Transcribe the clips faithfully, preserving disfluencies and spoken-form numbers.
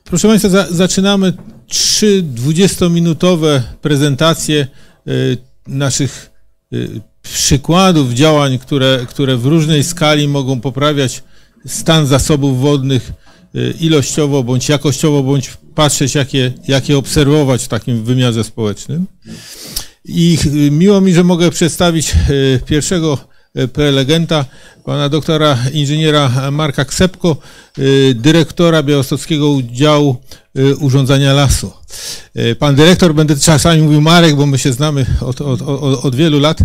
Proszę Państwa, za, zaczynamy trzy dwudziestominutowe prezentacje y, naszych y, przykładów działań, które, które w różnej skali mogą poprawiać stan zasobów wodnych y, ilościowo bądź jakościowo, bądź patrzeć, jakie, jakie obserwować w takim wymiarze społecznym. I y, miło mi, że mogę przedstawić y, pierwszego prelegenta, pana doktora inżyniera Marka Ksepko, dyrektora Białostockiego Udziału Urządzania Lasu. Pan dyrektor, będę czasami mówił Marek, bo my się znamy od, od, od, od wielu lat,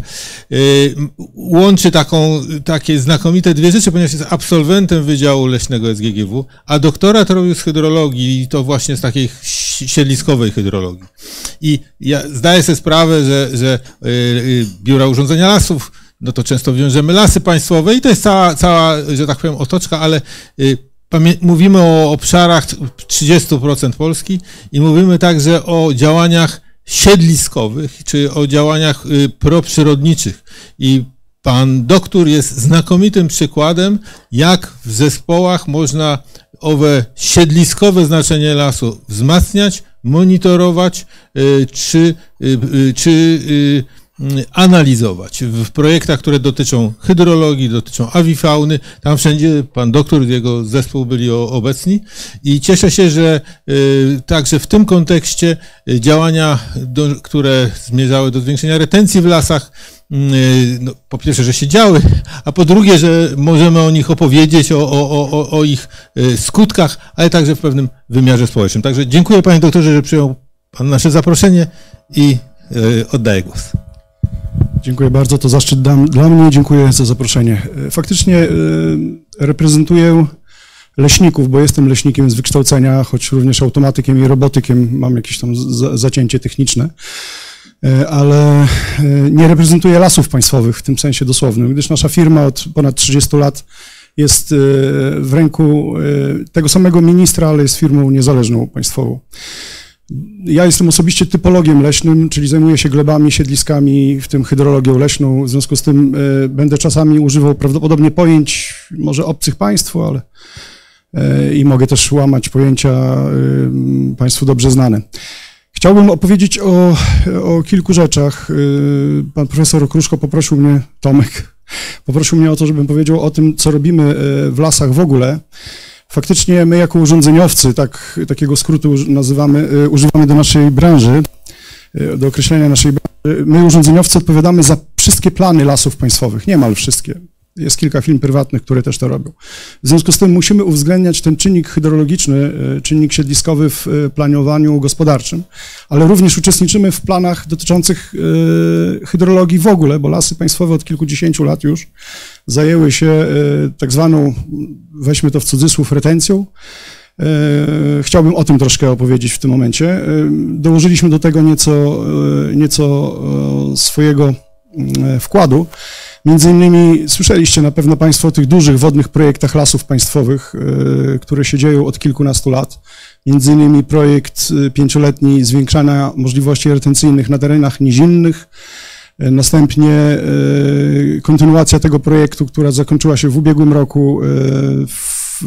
łączy taką, takie znakomite dwie rzeczy, ponieważ jest absolwentem Wydziału Leśnego S G G W, a doktorat robił z hydrologii i to właśnie z takiej siedliskowej hydrologii. I ja zdaję sobie sprawę, że, że biura urządzenia lasów, no to często wiążemy lasy państwowe i to jest cała, cała, że tak powiem, otoczka, ale y, mówimy o obszarach trzydzieści procent Polski i mówimy także o działaniach siedliskowych, czy o działaniach y, proprzyrodniczych. I pan doktor jest znakomitym przykładem, jak w zespołach można owe siedliskowe znaczenie lasu wzmacniać, monitorować, y, czy, y, y, czy y, analizować w projektach, które dotyczą hydrologii, dotyczą awifauny. Tam wszędzie pan doktor i jego zespół byli obecni i cieszę się, że y, także w tym kontekście działania, do, które zmierzały do zwiększenia retencji w lasach, y, no, po pierwsze, że się działy, a po drugie, że możemy o nich opowiedzieć, o, o, o, o ich skutkach, ale także w pewnym wymiarze społecznym. Także dziękuję panie doktorze, że przyjął pan nasze zaproszenie i y, oddaję głos. Dziękuję bardzo, to zaszczyt dam, dla mnie, dziękuję za zaproszenie. Faktycznie y, reprezentuję leśników, bo jestem leśnikiem z wykształcenia, choć również automatykiem i robotykiem, mam jakieś tam za, zacięcie techniczne, y, ale y, nie reprezentuję lasów państwowych w tym sensie dosłownym, gdyż nasza firma od ponad trzydziestu lat jest y, w ręku y, tego samego ministra, ale jest firmą niezależną państwową. Ja jestem osobiście typologiem leśnym, czyli zajmuję się glebami, siedliskami, w tym hydrologią leśną. W związku z tym y, będę czasami używał prawdopodobnie pojęć może obcych państwu, ale y, i mogę też łamać pojęcia y, państwu dobrze znane. Chciałbym opowiedzieć o, o kilku rzeczach. Y, pan profesor Okruszko poprosił mnie, Tomek, poprosił mnie o to, żebym powiedział o tym, co robimy w lasach w ogóle. Faktycznie my jako urządzeniowcy, tak, takiego skrótu nazywamy, używamy do naszej branży, do określenia naszej branży, my urządzeniowcy odpowiadamy za wszystkie plany lasów państwowych, niemal wszystkie. Jest kilka firm prywatnych, które też to robią. W związku z tym musimy uwzględniać ten czynnik hydrologiczny, czynnik siedliskowy w planowaniu gospodarczym, ale również uczestniczymy w planach dotyczących hydrologii w ogóle, bo lasy państwowe od kilkudziesięciu lat już zajęły się tak zwaną, weźmy to w cudzysłów, retencją. Chciałbym o tym troszkę opowiedzieć w tym momencie. Dołożyliśmy do tego nieco, nieco swojego wkładu. Między innymi słyszeliście na pewno Państwo o tych dużych wodnych projektach lasów państwowych, które się dzieją od kilkunastu lat. Między innymi projekt pięcioletni zwiększania możliwości retencyjnych na terenach nizinnych. Następnie kontynuacja tego projektu, która zakończyła się w ubiegłym roku, w,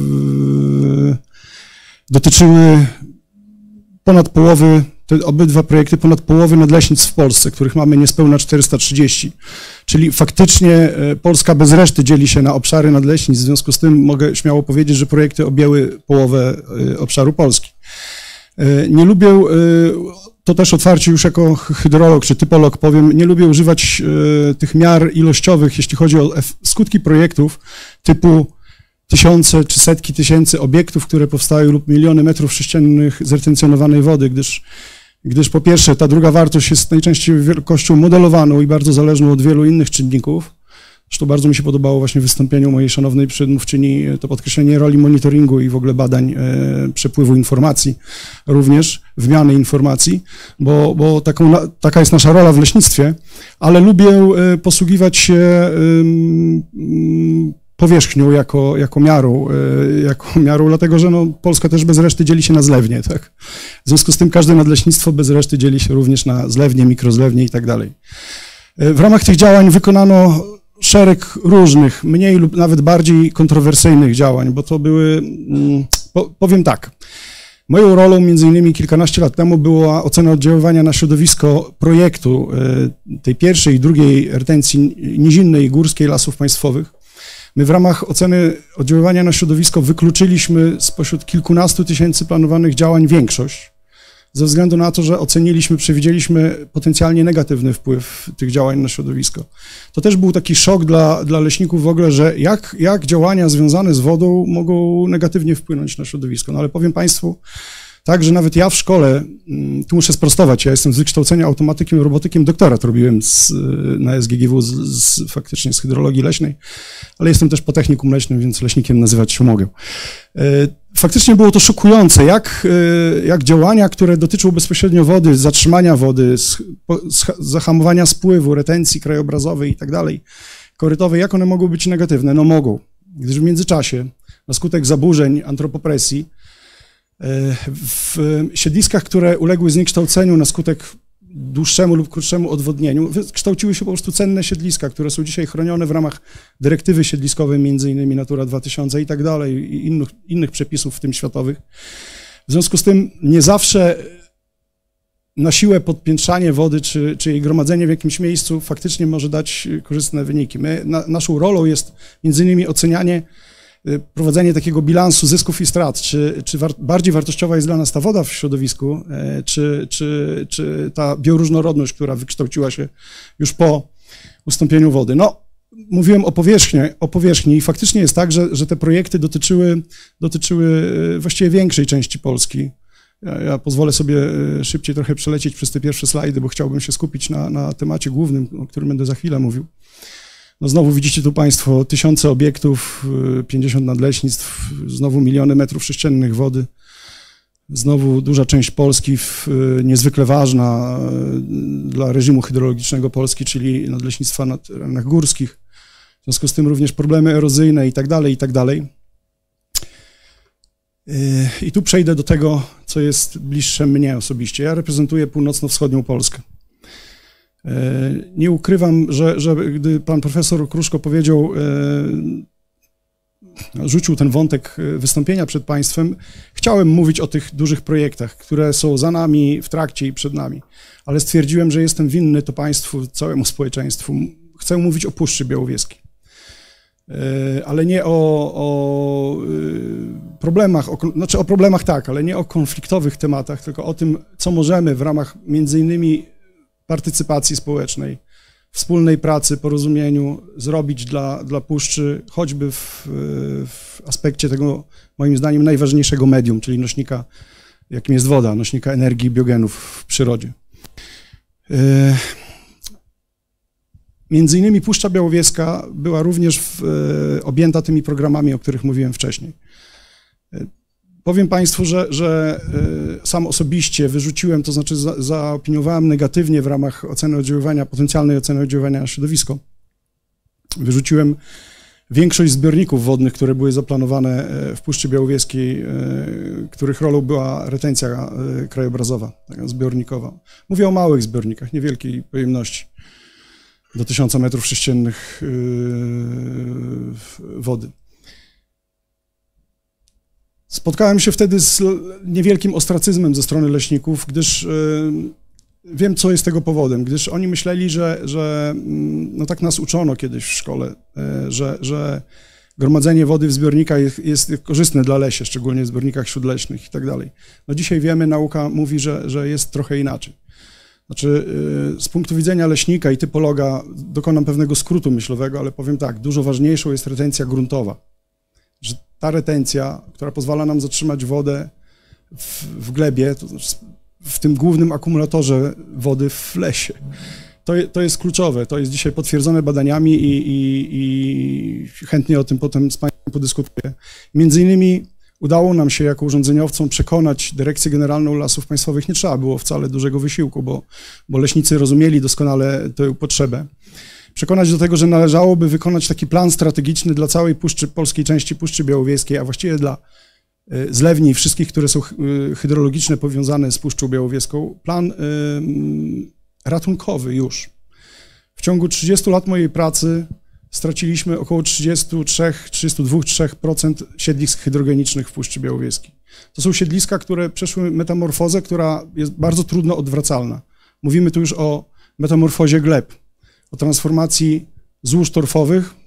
dotyczyły ponad połowy, te obydwa projekty, ponad połowy nadleśnictw w Polsce, których mamy niespełna czterysta trzydzieści. Czyli faktycznie Polska bez reszty dzieli się na obszary nadleśnictw, w związku z tym mogę śmiało powiedzieć, że projekty objęły połowę obszaru Polski. Nie lubię, to też otwarcie już jako hydrolog czy typolog powiem, nie lubię używać tych miar ilościowych, jeśli chodzi o skutki projektów typu tysiące czy setki tysięcy obiektów, które powstają lub miliony metrów sześciennych zretencjonowanej wody, gdyż, gdyż po pierwsze ta druga wartość jest najczęściej wielkością modelowaną i bardzo zależną od wielu innych czynników. Zresztą bardzo mi się podobało właśnie w wystąpieniu mojej szanownej przedmówczyni to podkreślenie roli monitoringu i w ogóle badań e, przepływu informacji, również wymiany informacji, bo, bo taką, taka jest nasza rola w leśnictwie, ale lubię e, posługiwać się e, powierzchnią jako, jako miarą, jako miarą, dlatego że no, Polska też bez reszty dzieli się na zlewnie, tak? W związku z tym każde nadleśnictwo bez reszty dzieli się również na zlewnie, mikrozlewnie i tak dalej. W ramach tych działań wykonano szereg różnych, mniej lub nawet bardziej kontrowersyjnych działań, bo to były, powiem tak, Moją rolą między innymi kilkanaście lat temu była ocena oddziaływania na środowisko projektu tej pierwszej i drugiej retencji nizinnej i górskiej Lasów Państwowych. My w ramach oceny oddziaływania na środowisko wykluczyliśmy spośród kilkunastu tysięcy planowanych działań większość, ze względu na to, że oceniliśmy, przewidzieliśmy potencjalnie negatywny wpływ tych działań na środowisko. To też był taki szok dla, dla leśników w ogóle, że jak, jak działania związane z wodą mogą negatywnie wpłynąć na środowisko. No ale powiem Państwu, tak, że nawet ja w szkole, tu muszę sprostować, ja jestem z wykształcenia automatykiem, robotykiem, doktorat robiłem z, na S G G W z, z, faktycznie z hydrologii leśnej, ale jestem też po technikum leśnym, więc leśnikiem nazywać się mogę. Faktycznie było to szokujące, jak, jak działania, które dotyczą bezpośrednio wody, zatrzymania wody, zahamowania spływu, retencji krajobrazowej i tak dalej, korytowej, jak one mogą być negatywne? No mogą, gdyż w międzyczasie na skutek zaburzeń antropopresji w siedliskach, które uległy zniekształceniu na skutek dłuższemu lub krótszemu odwodnieniu, kształciły się po prostu cenne siedliska, które są dzisiaj chronione w ramach dyrektywy siedliskowej, między innymi Natura dwa tysiące i tak dalej, i innych, innych przepisów, w tym światowych. W związku z tym nie zawsze na siłę podpiętrzanie wody, czy, czy jej gromadzenie w jakimś miejscu faktycznie może dać korzystne wyniki. My, na, naszą rolą jest między innymi ocenianie, prowadzenie takiego bilansu zysków i strat, czy, czy war, bardziej wartościowa jest dla nas ta woda w środowisku, czy, czy, czy ta bioróżnorodność, która wykształciła się już po ustąpieniu wody. No, mówiłem o powierzchni, o powierzchni i faktycznie jest tak, że, że te projekty dotyczyły, dotyczyły właściwie większej części Polski. Ja, ja pozwolę sobie szybciej trochę przelecieć przez te pierwsze slajdy, bo chciałbym się skupić na, na temacie głównym, o którym będę za chwilę mówił. No znowu widzicie tu Państwo tysiące obiektów, pięćdziesiąt nadleśnictw, znowu miliony metrów sześciennych wody, znowu duża część Polski, niezwykle ważna dla reżimu hydrologicznego Polski, czyli nadleśnictwa na terenach górskich, w związku z tym również problemy erozyjne i tak dalej, i tak dalej. I tu przejdę do tego, co jest bliższe mnie osobiście. Ja reprezentuję północno-wschodnią Polskę. Nie ukrywam, że, że gdy pan profesor Kruszko powiedział, rzucił ten wątek wystąpienia przed państwem, chciałem mówić o tych dużych projektach, które są za nami, w trakcie i przed nami, ale stwierdziłem, że jestem winny to państwu, całemu społeczeństwu. Chcę mówić o Puszczy Białowieskiej, ale nie o, o problemach, o, znaczy o problemach tak, ale nie o konfliktowych tematach, tylko o tym, co możemy w ramach między innymi partycypacji społecznej, wspólnej pracy, porozumieniu zrobić dla, dla Puszczy, choćby w, w aspekcie tego, moim zdaniem, najważniejszego medium, czyli nośnika, jakim jest woda, nośnika energii i biogenów w przyrodzie. Między innymi Puszcza Białowieska była również w, objęta tymi programami, o których mówiłem wcześniej. Powiem Państwu, że, że sam osobiście wyrzuciłem, to znaczy za, zaopiniowałem negatywnie w ramach oceny oddziaływania, potencjalnej oceny oddziaływania na środowisko. Wyrzuciłem większość zbiorników wodnych, które były zaplanowane w Puszczy Białowieskiej, których rolą była retencja krajobrazowa, taka zbiornikowa. Mówię o małych zbiornikach, niewielkiej pojemności, do tysiąca metrów sześciennych wody. Spotkałem się wtedy z niewielkim ostracyzmem ze strony leśników, gdyż y, wiem, co jest tego powodem, gdyż oni myśleli, że, że no tak nas uczono kiedyś w szkole, y, że, że gromadzenie wody w zbiornikach jest, jest korzystne dla lesie, szczególnie w zbiornikach śródleśnych i tak dalej. No dzisiaj wiemy, nauka mówi, że, że jest trochę inaczej. Znaczy, y, z punktu widzenia leśnika i typologa dokonam pewnego skrótu myślowego, ale powiem tak, dużo ważniejszą jest retencja gruntowa. Że ta retencja, która pozwala nam zatrzymać wodę w, w glebie, to znaczy w tym głównym akumulatorze wody w lesie, to, to jest kluczowe. To jest dzisiaj potwierdzone badaniami i, i, i chętnie o tym potem z Państwem podyskutuję. Między innymi udało nam się jako urządzeniowcom przekonać Dyrekcję Generalną Lasów Państwowych, nie trzeba było wcale dużego wysiłku, bo, bo leśnicy rozumieli doskonale tę potrzebę. Przekonać do tego, że należałoby wykonać taki plan strategiczny dla całej Puszczy, polskiej części Puszczy Białowieskiej, a właściwie dla zlewni wszystkich, które są hydrologiczne powiązane z Puszczą Białowieską, plan ratunkowy już. W ciągu trzydziestu lat mojej pracy straciliśmy około trzydzieści trzy, trzydzieści dwa do trzydziestu trzech procent siedlisk hydrogenicznych w Puszczy Białowieskiej. To są siedliska, które przeszły metamorfozę, która jest bardzo trudno odwracalna. Mówimy tu już o metamorfozie gleb, o transformacji złóż torfowych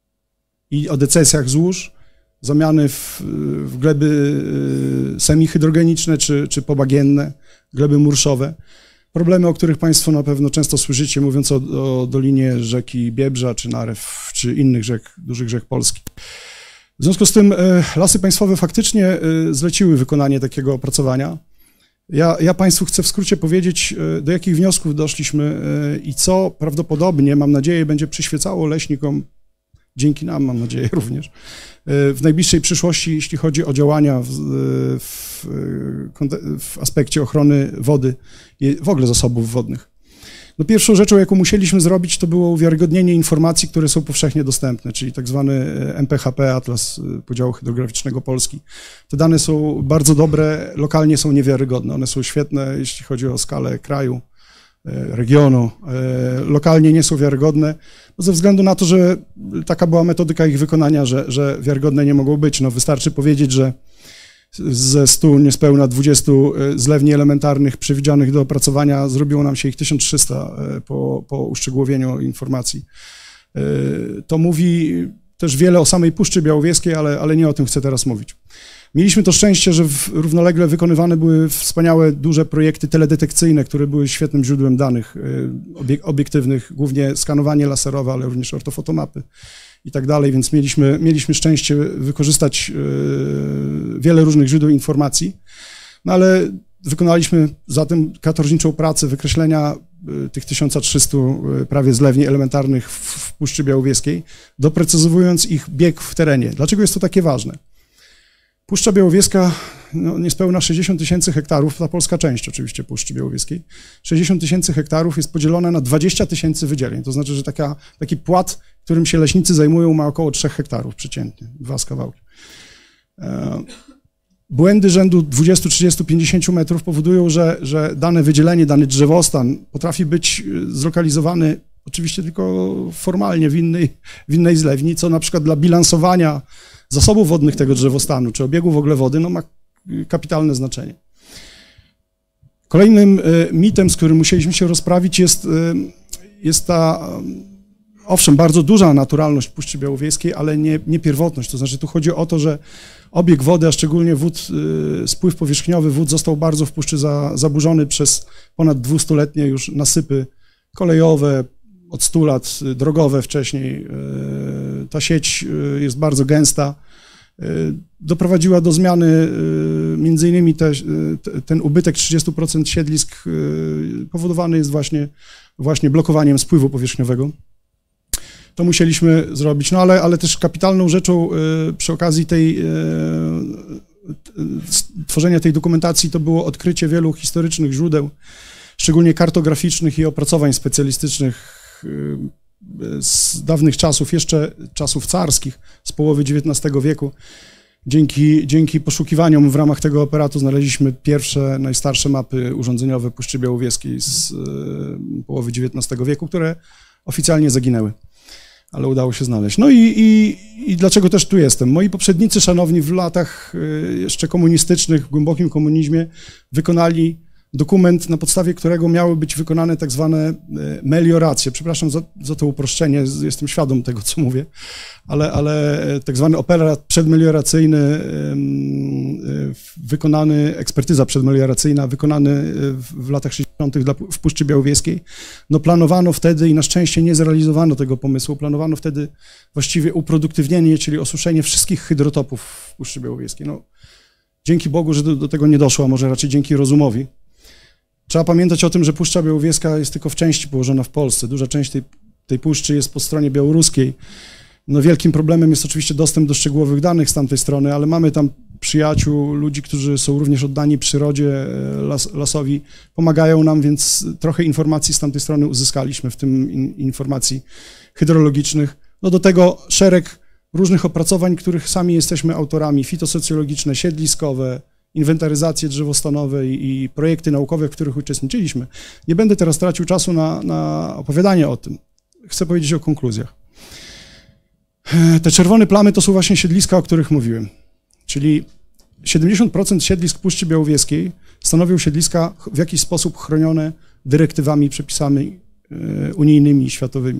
i o decesjach złóż, zamiany w, w gleby semihydrogeniczne czy, czy pobagienne, gleby murszowe. Problemy, o których Państwo na pewno często słyszycie, mówiąc o, o dolinie rzeki Biebrza, czy Narew, czy innych rzek, dużych rzek Polski. W związku z tym Lasy Państwowe faktycznie zleciły wykonanie takiego opracowania. Ja, ja Państwu chcę w skrócie powiedzieć, do jakich wniosków doszliśmy i co prawdopodobnie, mam nadzieję, będzie przyświecało leśnikom, dzięki nam, mam nadzieję również, w najbliższej przyszłości, jeśli chodzi o działania w, w, w aspekcie ochrony wody i w ogóle zasobów wodnych. No pierwszą rzeczą, jaką musieliśmy zrobić, to było uwiarygodnienie informacji, które są powszechnie dostępne, czyli tak zwany M P H P, Atlas Podziału Hydrograficznego Polski. Te dane są bardzo dobre, lokalnie są niewiarygodne. One są świetne, jeśli chodzi o skalę kraju, regionu. Lokalnie nie są wiarygodne, no ze względu na to, że taka była metodyka ich wykonania, że, że wiarygodne nie mogą być. No wystarczy powiedzieć, że ze stu niespełna dwudziestu zlewni elementarnych przewidzianych do opracowania zrobiło nam się ich tysiąc trzysta po, po uszczegółowieniu informacji. To mówi też wiele o samej Puszczy Białowieskiej, ale, ale nie o tym chcę teraz mówić. Mieliśmy to szczęście, że w, równolegle wykonywane były wspaniałe, duże projekty teledetekcyjne, które były świetnym źródłem danych obiektywnych, głównie skanowanie laserowe, ale również ortofotomapy i tak dalej, więc mieliśmy, mieliśmy szczęście wykorzystać wiele różnych źródeł informacji, no ale wykonaliśmy zatem katorżniczą pracę wykreślenia tych tysiąc trzysta prawie zlewni elementarnych w Puszczy Białowieskiej, doprecyzowując ich bieg w terenie. Dlaczego jest to takie ważne? Puszcza Białowieska, no niespełna sześćdziesiąt tysięcy hektarów, ta polska część oczywiście Puszczy Białowieskiej, sześćdziesiąt tysięcy hektarów jest podzielona na dwadzieścia tysięcy wydzieleń. To znaczy, że taka, taki płat, którym się leśnicy zajmują, ma około trzech hektarów przeciętnie, dwa z kawałkiem. Błędy rzędu dwudziestu, trzydziestu, pięćdziesięciu metrów powodują, że, że dane wydzielenie, dany drzewostan potrafi być zlokalizowany oczywiście tylko formalnie w innej, w innej zlewni, co na przykład dla bilansowania zasobów wodnych tego drzewostanu, czy obiegu w ogóle wody, no ma kapitalne znaczenie. Kolejnym mitem, z którym musieliśmy się rozprawić, jest, jest ta, owszem, bardzo duża naturalność Puszczy Białowieskiej, ale nie, nie pierwotność. To znaczy tu chodzi o to, że obieg wody, a szczególnie wód, spływ powierzchniowy wód został bardzo w Puszczy za, zaburzony przez ponad dwustuletnie już nasypy kolejowe, od stu lat, drogowe wcześniej. Ta sieć jest bardzo gęsta. Doprowadziła do zmiany, między innymi te, ten ubytek trzydziestu procent siedlisk powodowany jest właśnie, właśnie blokowaniem spływu powierzchniowego. To musieliśmy zrobić, no ale, ale też kapitalną rzeczą przy okazji tej, tworzenia tej dokumentacji to było odkrycie wielu historycznych źródeł, szczególnie kartograficznych i opracowań specjalistycznych z dawnych czasów, jeszcze czasów carskich, z połowy dziewiętnastego wieku. Dzięki, dzięki poszukiwaniom w ramach tego operatu znaleźliśmy pierwsze, najstarsze mapy urządzeniowe Puszczy Białowieskiej z połowy dziewiętnastego wieku, które oficjalnie zaginęły, ale udało się znaleźć. No i, i, i dlaczego też tu jestem? Moi poprzednicy, szanowni, w latach jeszcze komunistycznych, w głębokim komunizmie wykonali dokument, na podstawie którego miały być wykonane tak zwane melioracje. Przepraszam za, za to uproszczenie, jestem świadom tego, co mówię, ale, ale tak zwany operat przedmelioracyjny, wykonany, ekspertyza przedmelioracyjna, wykonany w latach sześćdziesiątych w Puszczy Białowieskiej. No planowano wtedy i na szczęście nie zrealizowano tego pomysłu, planowano wtedy właściwie uproduktywnienie, czyli osuszenie wszystkich hydrotopów w Puszczy Białowieskiej. No, dzięki Bogu, że do, do tego nie doszło, a może raczej dzięki rozumowi. Trzeba pamiętać o tym, że Puszcza Białowieska jest tylko w części położona w Polsce. Duża część tej, tej puszczy jest po stronie białoruskiej. No wielkim problemem jest oczywiście dostęp do szczegółowych danych z tamtej strony, ale mamy tam przyjaciół, ludzi, którzy są również oddani przyrodzie, las, lasowi, pomagają nam, więc trochę informacji z tamtej strony uzyskaliśmy, w tym in, informacji hydrologicznych. No do tego szereg różnych opracowań, których sami jesteśmy autorami, fitosocjologiczne, siedliskowe, inwentaryzacje drzewostanowe i, i projekty naukowe, w których uczestniczyliśmy. Nie będę teraz tracił czasu na, na opowiadanie o tym. Chcę powiedzieć o konkluzjach. Te czerwone plamy to są właśnie siedliska, o których mówiłem. Czyli siedemdziesiąt procent siedlisk Puszczy Białowieskiej stanowią siedliska w jakiś sposób chronione dyrektywami i przepisami unijnymi i światowymi.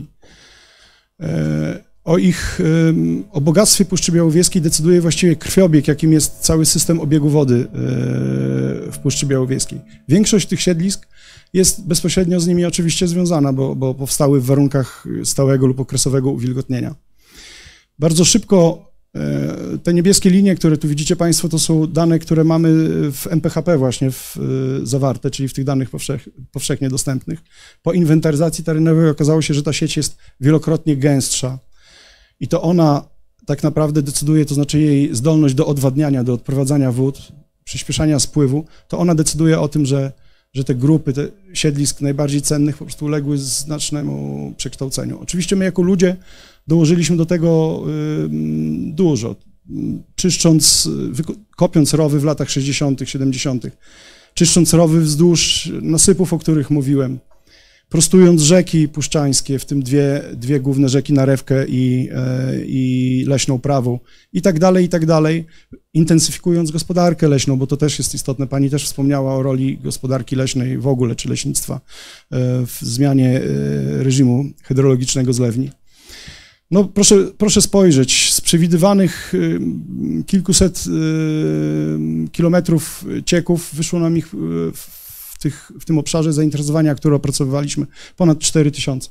O ich, o bogactwie Puszczy Białowieskiej decyduje właściwie krwiobieg, jakim jest cały system obiegu wody w Puszczy Białowieskiej. Większość tych siedlisk jest bezpośrednio z nimi oczywiście związana, bo, bo powstały w warunkach stałego lub okresowego uwilgotnienia. Bardzo szybko te niebieskie linie, które tu widzicie Państwo, to są dane, które mamy w M P H P właśnie w, zawarte, czyli w tych danych powszech, powszechnie dostępnych. Po inwentaryzacji terenowej okazało się, że ta sieć jest wielokrotnie gęstsza i to ona tak naprawdę decyduje, to znaczy jej zdolność do odwadniania, do odprowadzania wód, przyspieszania spływu, to ona decyduje o tym, że, że te grupy, te siedlisk najbardziej cennych po prostu uległy znacznemu przekształceniu. Oczywiście my jako ludzie dołożyliśmy do tego dużo, czyszcząc, kopiąc rowy w latach sześćdziesiątych, siedemdziesiątych, czyszcząc rowy wzdłuż nasypów, o których mówiłem, prostując rzeki puszczańskie, w tym dwie, dwie główne rzeki Narewkę i, i Leśną Prawą i tak dalej, i tak dalej, intensyfikując gospodarkę leśną, bo to też jest istotne. Pani też wspomniała o roli gospodarki leśnej w ogóle, czy leśnictwa w zmianie reżimu hydrologicznego zlewni. No proszę, proszę spojrzeć, z przewidywanych kilkuset kilometrów cieków wyszło nam ich w, tych, w tym obszarze zainteresowania, które opracowywaliśmy, ponad cztery tysiące.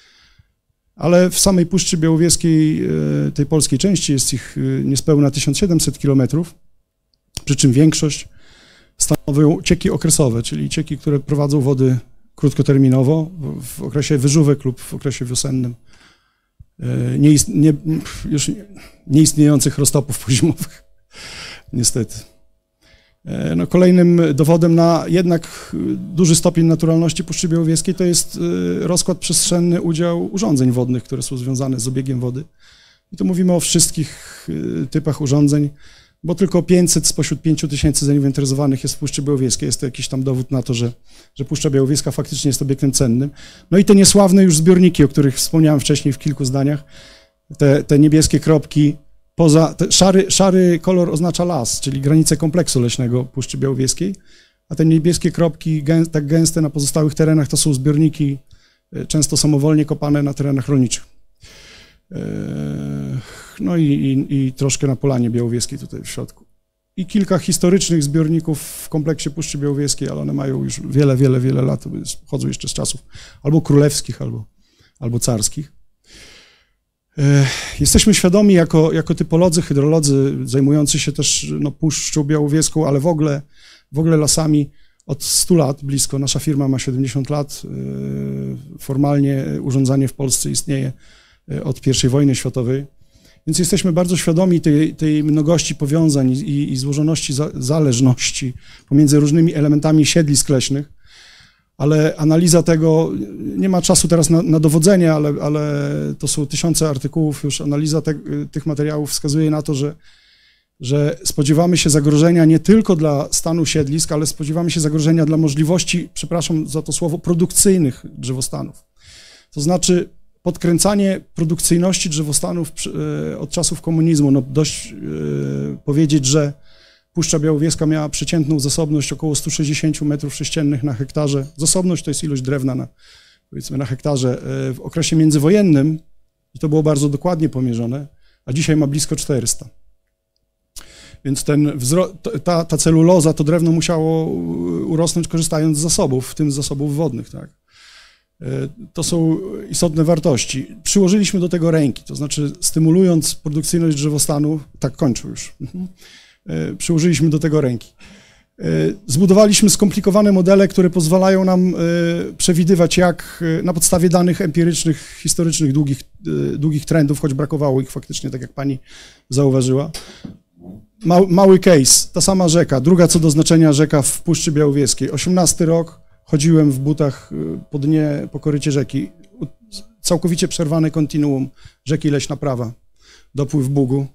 Ale w samej Puszczy Białowieskiej, tej polskiej części, jest ich niespełna tysiąc siedemset kilometrów, przy czym większość stanowią cieki okresowe, czyli cieki, które prowadzą wody krótkoterminowo w okresie wyżówek lub w okresie wiosennym. Nie, ist, nie, już nieistniejących roztopów pozimowych, niestety. No, kolejnym dowodem na jednak duży stopień naturalności Puszczy Białowieskiej to jest rozkład przestrzenny, udział urządzeń wodnych, które są związane z obiegiem wody. I tu mówimy o wszystkich typach urządzeń, bo tylko pięćset spośród pięciu tysięcy zainwentaryzowanych jest w Puszczy Białowieskiej. Jest to jakiś tam dowód na to, że, że Puszcza Białowieska faktycznie jest obiektem cennym. No i te niesławne już zbiorniki, o których wspomniałem wcześniej w kilku zdaniach, te, te niebieskie kropki, poza, te szary, szary kolor oznacza las, czyli granicę kompleksu leśnego Puszczy Białowieskiej, a te niebieskie kropki gę, tak gęste na pozostałych terenach to są zbiorniki, często samowolnie kopane na terenach rolniczych. No i, i, i troszkę na Polanie Białowieskiej tutaj w środku. I kilka historycznych zbiorników w kompleksie Puszczy Białowieskiej, ale one mają już wiele, wiele, wiele lat, pochodzą jeszcze z czasów albo królewskich, albo, albo carskich. Jesteśmy świadomi jako, jako typolodzy, hydrolodzy, zajmujący się też no, Puszczą Białowieską, ale w ogóle, w ogóle lasami od stu lat blisko. Nasza firma ma siedemdziesiąt lat. Formalnie urządzanie w Polsce istnieje od pierwszej wojny światowej. Więc jesteśmy bardzo świadomi tej, tej mnogości powiązań i, i złożoności za, zależności pomiędzy różnymi elementami siedlisk leśnych, ale analiza tego, nie ma czasu teraz na, na dowodzenie, ale, ale to są tysiące artykułów już, analiza te, tych materiałów wskazuje na to, że, że spodziewamy się zagrożenia nie tylko dla stanu siedlisk, ale spodziewamy się zagrożenia dla możliwości, przepraszam za to słowo, produkcyjnych drzewostanów. To znaczy podkręcanie produkcyjności drzewostanów od czasów komunizmu. No dość powiedzieć, że Puszcza Białowieska miała przeciętną zasobność około stu sześćdziesięciu metrów sześciennych na hektarze. Zasobność to jest ilość drewna na, powiedzmy, na hektarze. W okresie międzywojennym, i to było bardzo dokładnie pomierzone, a dzisiaj ma blisko czterysta. Więc ten wzro- ta, ta celuloza, to drewno musiało urosnąć korzystając z zasobów, w tym z zasobów wodnych, tak. To są istotne wartości. Przyłożyliśmy do tego ręki, to znaczy stymulując produkcyjność drzewostanu, tak kończę już, przyłożyliśmy do tego ręki. Zbudowaliśmy skomplikowane modele, które pozwalają nam przewidywać, jak na podstawie danych empirycznych, historycznych, długich, długich trendów, choć brakowało ich faktycznie, tak jak pani zauważyła. Mały, mały case, ta sama rzeka, druga co do znaczenia rzeka w Puszczy Białowieskiej, osiemnasty rok. Chodziłem w butach po dnie, po korycie rzeki. Całkowicie przerwane kontinuum rzeki Leśna Prawa, dopływ Bugu.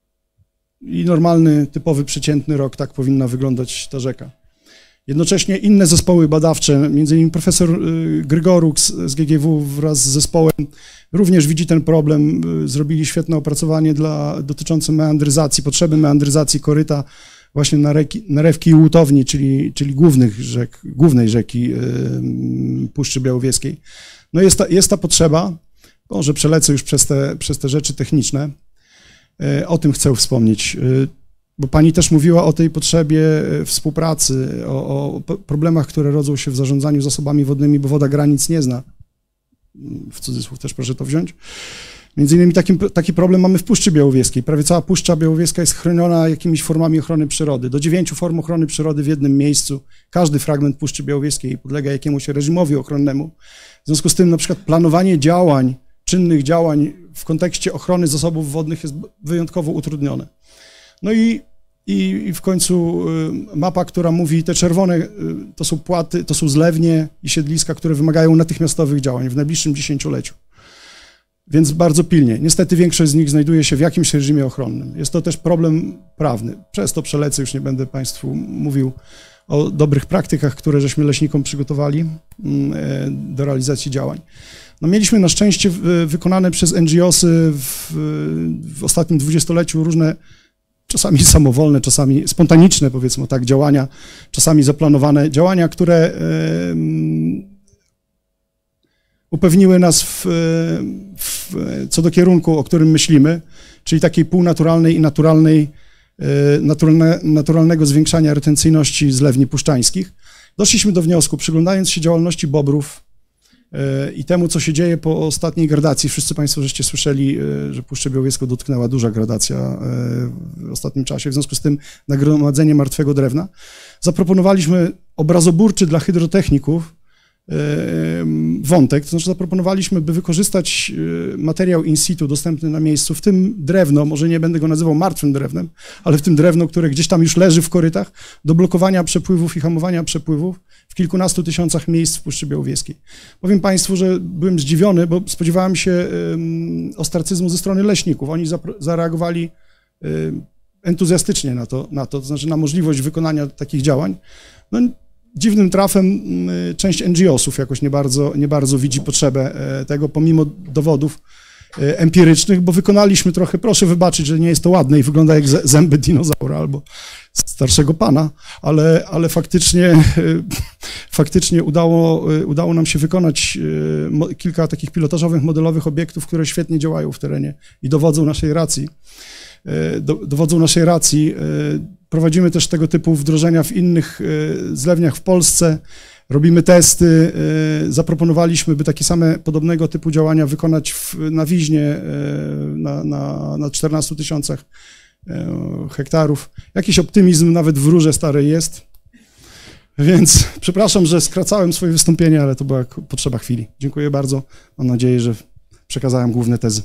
I normalny, typowy, przeciętny rok, tak powinna wyglądać ta rzeka. Jednocześnie inne zespoły badawcze, między innymi profesor Grygoruk z G G W wraz z zespołem również widzi ten problem. Zrobili świetne opracowanie dla, dotyczące meandryzacji, potrzeby meandryzacji koryta właśnie na, reki, na rewki i łutowni, czyli, czyli głównych rzek, głównej rzeki yy, Puszczy Białowieskiej. No jest ta, jest ta potrzeba, może przelecę już przez te, przez te rzeczy techniczne, yy, o tym chcę wspomnieć, yy, bo pani też mówiła o tej potrzebie współpracy, o, o problemach, które rodzą się w zarządzaniu zasobami wodnymi, bo woda granic nie zna. W cudzysłów też proszę to wziąć. Między innymi taki, taki problem mamy w Puszczy Białowieskiej. Prawie cała Puszcza Białowieska jest chroniona jakimiś formami ochrony przyrody. Do dziewięciu form ochrony przyrody w jednym miejscu. Każdy fragment Puszczy Białowieskiej podlega jakiemuś reżimowi ochronnemu. W związku z tym na przykład planowanie działań, czynnych działań w kontekście ochrony zasobów wodnych jest wyjątkowo utrudnione. No i, i, i w końcu mapa, która mówi, te czerwone to są płaty, to są zlewnie i siedliska, które wymagają natychmiastowych działań w najbliższym dziesięcioleciu. Więc bardzo pilnie. Niestety większość z nich znajduje się w jakimś reżimie ochronnym. Jest to też problem prawny. Przez to przelecę, już nie będę Państwu mówił o dobrych praktykach, które żeśmy leśnikom przygotowali do realizacji działań. No, mieliśmy na szczęście wykonane przez N G O sy w, w ostatnim dwudziestoleciu różne, czasami samowolne, czasami spontaniczne, powiedzmy tak, działania, czasami zaplanowane działania, które upewniły nas w, w, co do kierunku, o którym myślimy, czyli takiej półnaturalnej i naturalnej, naturalne, naturalnego zwiększania retencyjności zlewni puszczańskich. Doszliśmy do wniosku, przyglądając się działalności bobrów i temu, co się dzieje po ostatniej gradacji. Wszyscy Państwo żeście słyszeli, że Puszczę Białowieską dotknęła duża gradacja w ostatnim czasie, w związku z tym nagromadzenie martwego drewna. Zaproponowaliśmy obrazoburczy dla hydrotechników wątek, to znaczy zaproponowaliśmy, by wykorzystać materiał in situ dostępny na miejscu, w tym drewno, może nie będę go nazywał martwym drewnem, ale w tym drewno, które gdzieś tam już leży w korytach, do blokowania przepływów i hamowania przepływów w kilkunastu tysiącach miejsc w Puszczy Białowieskiej. Powiem Państwu, że byłem zdziwiony, bo spodziewałem się ostracyzmu ze strony leśników. Oni zareagowali entuzjastycznie na to, na to, to znaczy na możliwość wykonania takich działań. No, dziwnym trafem część N G O sów jakoś nie bardzo, nie bardzo widzi potrzebę tego, pomimo dowodów empirycznych, bo wykonaliśmy trochę, proszę wybaczyć, że nie jest to ładne i wygląda jak zęby dinozaura albo starszego pana, ale, ale faktycznie, faktycznie udało, udało nam się wykonać kilka takich pilotażowych, modelowych obiektów, które świetnie działają w terenie i dowodzą naszej racji. dowodzą naszej racji. Prowadzimy też tego typu wdrożenia w innych zlewniach w Polsce. Robimy testy. Zaproponowaliśmy, by takie same podobnego typu działania wykonać w, na Wiźnie na, na, na czternastu tysiącach hektarów. Jakiś optymizm nawet w Rurze Starej jest. Więc przepraszam, że skracałem swoje wystąpienie, ale to była potrzeba chwili. Dziękuję bardzo. Mam nadzieję, że przekazałem główne tezy.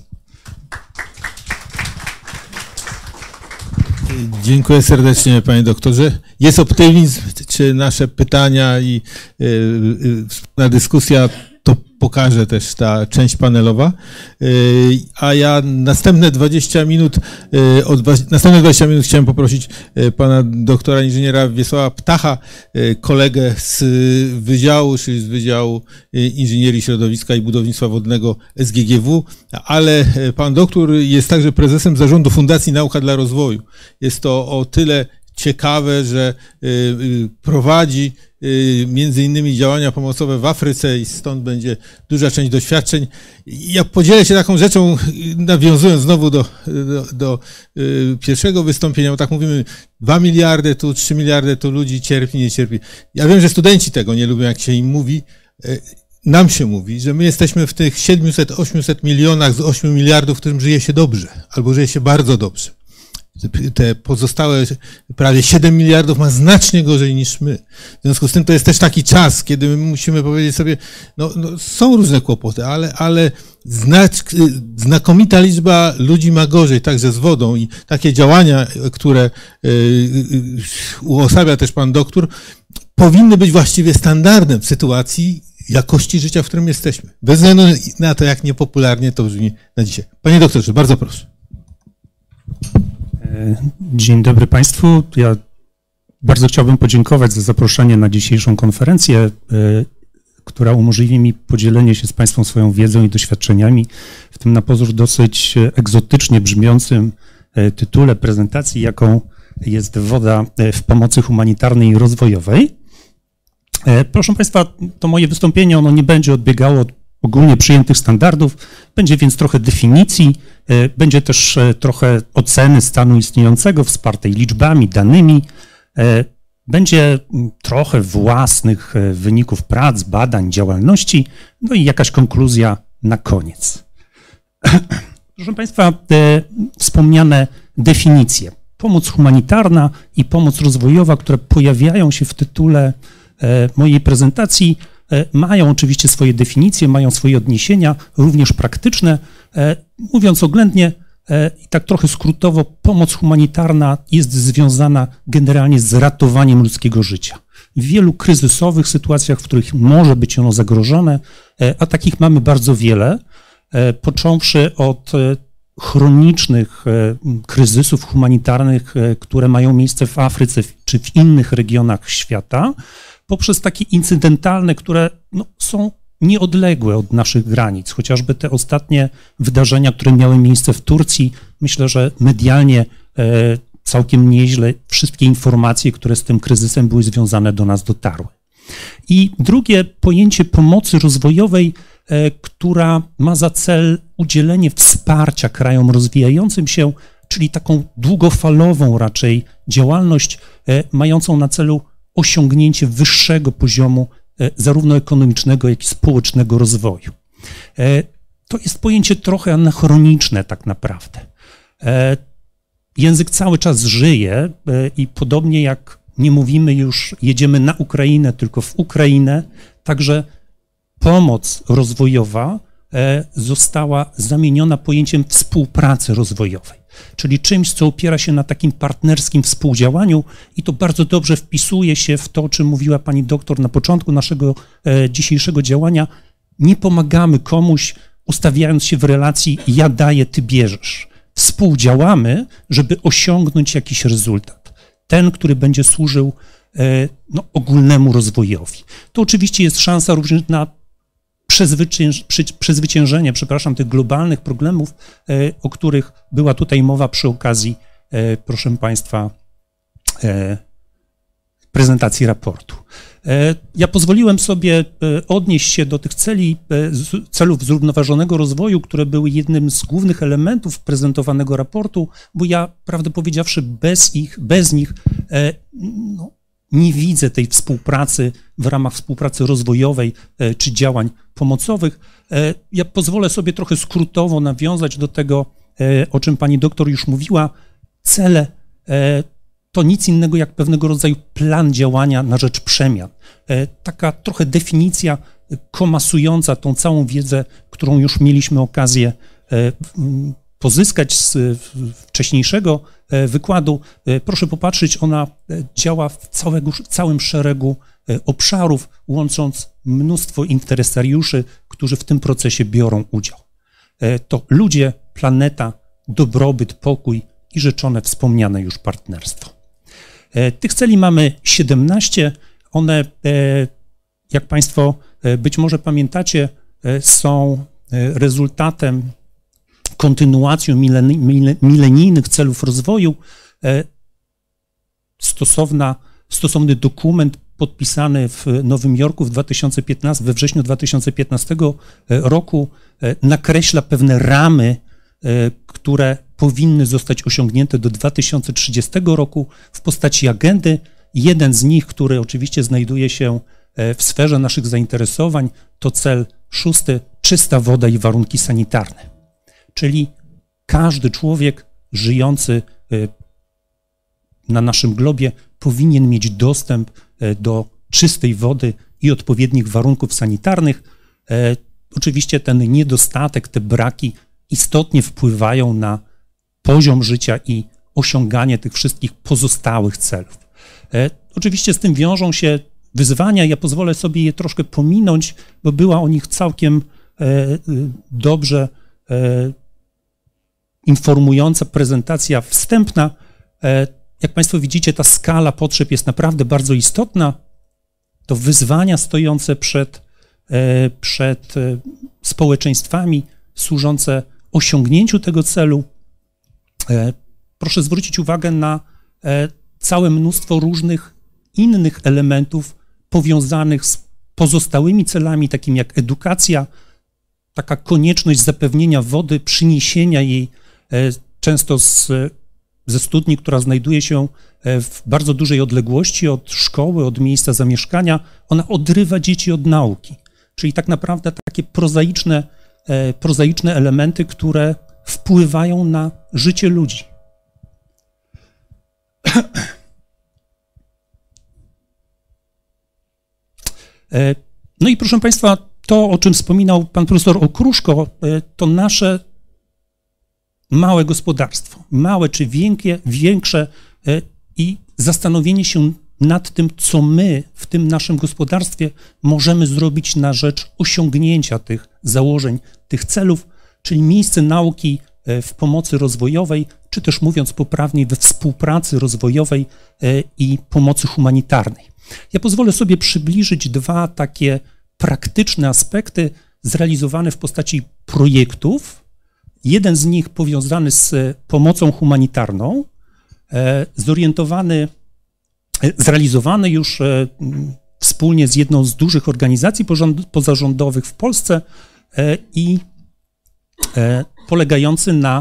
Dziękuję serdecznie, panie doktorze. Jest optymizm, czy nasze pytania i y, y, wspólna dyskusja to pokaże też ta część panelowa, y, a ja następne dwadzieścia minut, y, od, następne dwadzieścia minut chciałem poprosić y, pana doktora inżyniera Wiesława Ptacha, y, kolegę z wydziału, czyli z Wydziału Inżynierii Środowiska i Budownictwa Wodnego S G G W, ale pan doktor jest także prezesem zarządu Fundacji Nauka dla Rozwoju. Jest to o tyle ciekawe, że prowadzi między innymi działania pomocowe w Afryce i stąd będzie duża część doświadczeń. Ja podzielę się taką rzeczą, nawiązując znowu do, do, do pierwszego wystąpienia, bo tak mówimy, dwa miliardy tu, trzy miliardy tu ludzi cierpi, nie cierpi. Ja wiem, że studenci tego nie lubią, jak się im mówi. Nam się mówi, że my jesteśmy w tych siedmiuset osiemset milionach z ośmiu miliardów, w którym żyje się dobrze, albo żyje się bardzo dobrze. Te pozostałe prawie siedem miliardów ma znacznie gorzej niż my. W związku z tym to jest też taki czas, kiedy my musimy powiedzieć sobie, no, no są różne kłopoty, ale, ale znać, znakomita liczba ludzi ma gorzej, także z wodą i takie działania, które uosabia też pan doktor, powinny być właściwie standardem w sytuacji jakości życia, w którym jesteśmy. Bez względu na to, jak niepopularnie to brzmi na dzisiaj. Panie doktorze, bardzo proszę. Dzień dobry Państwu. Ja bardzo chciałbym podziękować za zaproszenie na dzisiejszą konferencję, która umożliwi mi podzielenie się z Państwem swoją wiedzą i doświadczeniami w tym na pozór dosyć egzotycznie brzmiącym tytule prezentacji, jaką jest woda w pomocy humanitarnej i rozwojowej. Proszę Państwa, to moje wystąpienie, ono nie będzie odbiegało od ogólnie przyjętych standardów, będzie więc trochę definicji, będzie też trochę oceny stanu istniejącego wspartej liczbami, danymi, będzie trochę własnych wyników prac, badań, działalności, no i jakaś konkluzja na koniec. Proszę Państwa, te wspomniane definicje, pomoc humanitarna i pomoc rozwojowa, które pojawiają się w tytule mojej prezentacji, mają oczywiście swoje definicje, mają swoje odniesienia, również praktyczne. Mówiąc oględnie i tak trochę skrótowo, pomoc humanitarna jest związana generalnie z ratowaniem ludzkiego życia. W wielu kryzysowych sytuacjach, w których może być ono zagrożone, a takich mamy bardzo wiele, począwszy od chronicznych kryzysów humanitarnych, które mają miejsce w Afryce czy w innych regionach świata, poprzez takie incydentalne, które no, są nieodległe od naszych granic. Chociażby te ostatnie wydarzenia, które miały miejsce w Turcji, myślę, że medialnie całkiem nieźle wszystkie informacje, które z tym kryzysem były związane, do nas dotarły. I drugie pojęcie pomocy rozwojowej, która ma za cel udzielenie wsparcia krajom rozwijającym się, czyli taką długofalową raczej działalność mającą na celu osiągnięcie wyższego poziomu zarówno ekonomicznego, jak i społecznego rozwoju. To jest pojęcie trochę anachroniczne tak naprawdę. Język cały czas żyje i podobnie jak nie mówimy już jedziemy na Ukrainę, tylko w Ukrainę, także pomoc rozwojowa została zamieniona pojęciem współpracy rozwojowej, czyli czymś, co opiera się na takim partnerskim współdziałaniu i to bardzo dobrze wpisuje się w to, o czym mówiła pani doktor na początku naszego dzisiejszego działania. Nie pomagamy komuś, ustawiając się w relacji ja daję, ty bierzesz. Współdziałamy, żeby osiągnąć jakiś rezultat. Ten, który będzie służył no, ogólnemu rozwojowi. To oczywiście jest szansa również na przezwyciężenie, przepraszam, tych globalnych problemów, o których była tutaj mowa przy okazji, proszę Państwa, prezentacji raportu. Ja pozwoliłem sobie odnieść się do tych celi, celów zrównoważonego rozwoju, które były jednym z głównych elementów prezentowanego raportu, bo ja, prawdę powiedziawszy, bez ich, bez nich no, nie widzę tej współpracy w ramach współpracy rozwojowej czy działań pomocowych. Ja pozwolę sobie trochę skrótowo nawiązać do tego, o czym pani doktor już mówiła. Cele to nic innego jak pewnego rodzaju plan działania na rzecz przemian. Taka trochę definicja komasująca tą całą wiedzę, którą już mieliśmy okazję pozyskać z wcześniejszego wykładu. Proszę popatrzeć, ona działa w całego, całym szeregu obszarów, łącząc mnóstwo interesariuszy, którzy w tym procesie biorą udział. To ludzie, planeta, dobrobyt, pokój i rzeczone, wspomniane już partnerstwo. Tych celi mamy siedemnaście. One, jak Państwo być może pamiętacie, są rezultatem, kontynuacją milenijnych celów rozwoju. Stosowna, stosowny dokument podpisany w Nowym Jorku w dwa tysiące piętnastym, we wrześniu dwa tysiące piętnastego roku nakreśla pewne ramy, które powinny zostać osiągnięte do dwa tysiące trzydziestego roku w postaci agendy. Jeden z nich, który oczywiście znajduje się w sferze naszych zainteresowań, to cel szósty, czysta woda i warunki sanitarne. Czyli każdy człowiek żyjący na naszym globie powinien mieć dostęp do czystej wody i odpowiednich warunków sanitarnych. Oczywiście ten niedostatek, te braki istotnie wpływają na poziom życia i osiąganie tych wszystkich pozostałych celów. Oczywiście z tym wiążą się wyzwania, ja pozwolę sobie je troszkę pominąć, bo była o nich całkiem dobrze informująca prezentacja wstępna. Jak Państwo widzicie, ta skala potrzeb jest naprawdę bardzo istotna. To wyzwania stojące przed, przed społeczeństwami, służące osiągnięciu tego celu. Proszę zwrócić uwagę na całe mnóstwo różnych innych elementów powiązanych z pozostałymi celami, takimi jak edukacja, taka konieczność zapewnienia wody, przyniesienia jej często z, ze studni, która znajduje się w bardzo dużej odległości od szkoły, od miejsca zamieszkania. Ona odrywa dzieci od nauki. Czyli tak naprawdę takie prozaiczne, prozaiczne elementy, które wpływają na życie ludzi. No i proszę Państwa, to, o czym wspominał pan profesor Okruszko, to nasze małe gospodarstwo, małe czy więkie, większe i zastanowienie się nad tym, co my w tym naszym gospodarstwie możemy zrobić na rzecz osiągnięcia tych założeń, tych celów, czyli miejsce nauki w pomocy rozwojowej, czy też mówiąc poprawniej, we współpracy rozwojowej i pomocy humanitarnej. Ja pozwolę sobie przybliżyć dwa takie praktyczne aspekty zrealizowane w postaci projektów. Jeden z nich powiązany z pomocą humanitarną, zorientowany, zrealizowany już wspólnie z jedną z dużych organizacji pozarządowych w Polsce i polegający na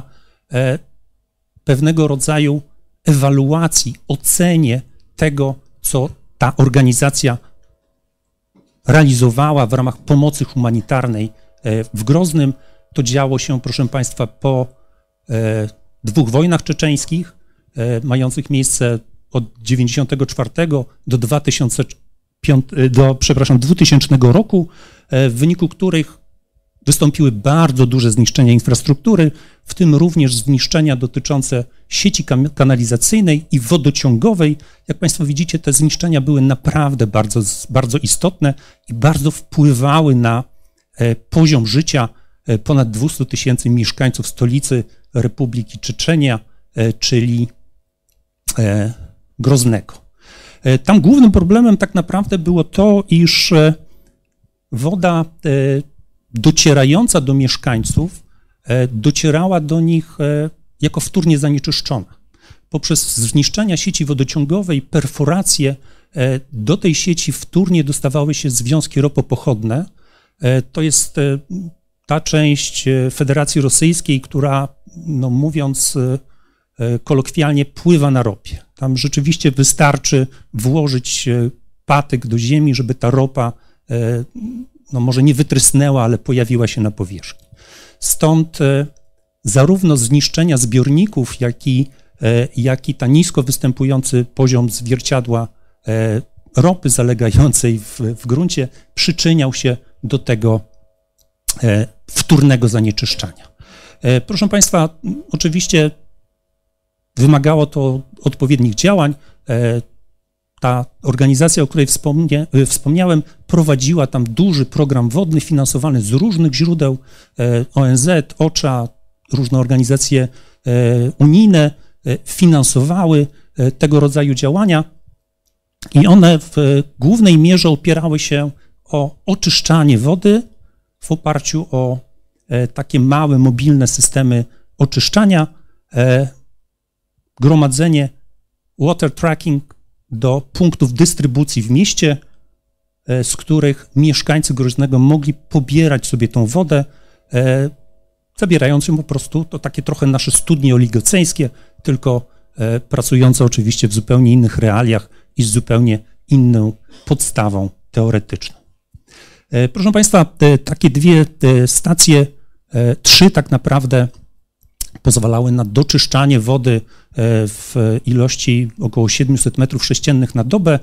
pewnego rodzaju ewaluacji, ocenie tego, co ta organizacja realizowała w ramach pomocy humanitarnej w Groznym. To działo się, proszę Państwa, po dwóch wojnach czeczeńskich, mających miejsce od dziewięćdziesiątego czwartego do, dwa tysiące piątego, do przepraszam, dwutysięcznego roku, w wyniku których wystąpiły bardzo duże zniszczenia infrastruktury, w tym również zniszczenia dotyczące sieci kanalizacyjnej i wodociągowej. Jak Państwo widzicie, te zniszczenia były naprawdę bardzo, bardzo istotne i bardzo wpływały na poziom życia ponad dwustu tysięcy mieszkańców stolicy Republiki Czeczenia, czyli Groznego. Tam głównym problemem tak naprawdę było to, iż woda docierająca do mieszkańców docierała do nich jako wtórnie zanieczyszczona. Poprzez zniszczenia sieci wodociągowej, perforacje, do tej sieci wtórnie dostawały się związki ropopochodne. To jest ta część Federacji Rosyjskiej, która, no mówiąc kolokwialnie, pływa na ropie. Tam rzeczywiście wystarczy włożyć patyk do ziemi, żeby ta ropa, no może nie wytrysnęła, ale pojawiła się na powierzchni. Stąd zarówno zniszczenia zbiorników, jak i, jak i ta nisko występujący poziom zwierciadła ropy zalegającej w, w gruncie przyczyniał się do tego wtórnego zanieczyszczania. Proszę Państwa, oczywiście wymagało to odpowiednich działań. Ta organizacja, o której wspomnie, wspomniałem, prowadziła tam duży program wodny finansowany z różnych źródeł, O N Z, O C Z A, różne organizacje unijne finansowały tego rodzaju działania i one w głównej mierze opierały się o oczyszczanie wody w oparciu o takie małe, mobilne systemy oczyszczania, gromadzenie water tracking do punktów dystrybucji w mieście, z których mieszkańcy Groznego mogli pobierać sobie tą wodę, zabierając ją po prostu, to takie trochę nasze studnie oligoceńskie, tylko pracujące oczywiście w zupełnie innych realiach i z zupełnie inną podstawą teoretyczną. Proszę Państwa, te, takie dwie te stacje, trzy tak naprawdę pozwalały na doczyszczanie wody w ilości około siedmiuset metrów sześciennych na dobę.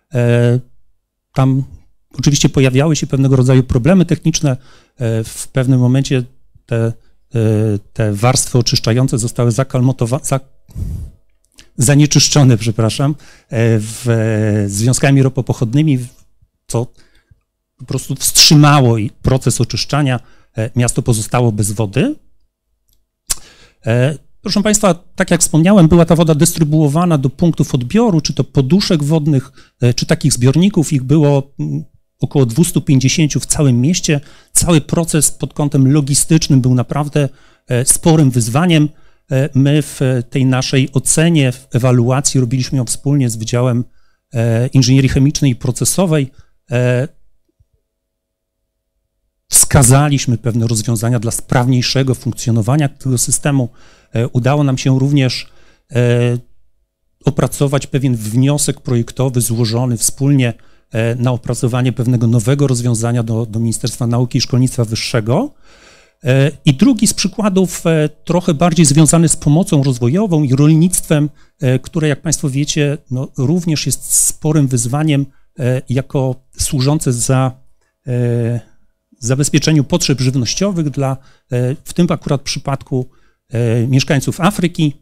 Tam oczywiście pojawiały się pewnego rodzaju problemy techniczne. W pewnym momencie te, te warstwy oczyszczające zostały zakalmotowane, za, zanieczyszczone, przepraszam, w związkami ropopochodnymi, co po prostu wstrzymało proces oczyszczania. Miasto pozostało bez wody. Proszę Państwa, tak jak wspomniałem, była ta woda dystrybuowana do punktów odbioru, czy to poduszek wodnych, czy takich zbiorników. Ich było około dwieście pięćdziesiąt w całym mieście. Cały proces pod kątem logistycznym był naprawdę sporym wyzwaniem. My w tej naszej ocenie, w ewaluacji, robiliśmy ją wspólnie z Wydziałem Inżynierii Chemicznej i Procesowej. Wskazaliśmy pewne rozwiązania dla sprawniejszego funkcjonowania tego systemu. Udało nam się również opracować pewien wniosek projektowy złożony wspólnie na opracowanie pewnego nowego rozwiązania do, do Ministerstwa Nauki i Szkolnictwa Wyższego. I drugi z przykładów trochę bardziej związany z pomocą rozwojową i rolnictwem, które, jak Państwo wiecie, no, również jest sporym wyzwaniem jako służące za zabezpieczeniu potrzeb żywnościowych dla, w tym akurat przypadku, mieszkańców Afryki.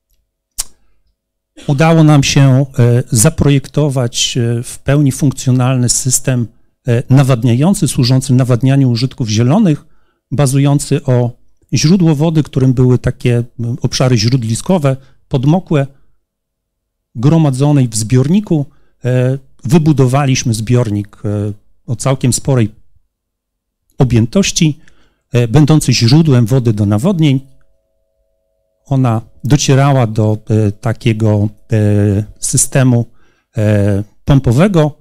Udało nam się zaprojektować w pełni funkcjonalny system nawadniający, służący nawadnianiu użytków zielonych, bazujący o źródło wody, którym były takie obszary źródliskowe, podmokłe, gromadzonej w zbiorniku. Wybudowaliśmy zbiornik o całkiem sporej objętości, będący źródłem wody do nawodnień. Ona docierała do takiego systemu pompowego.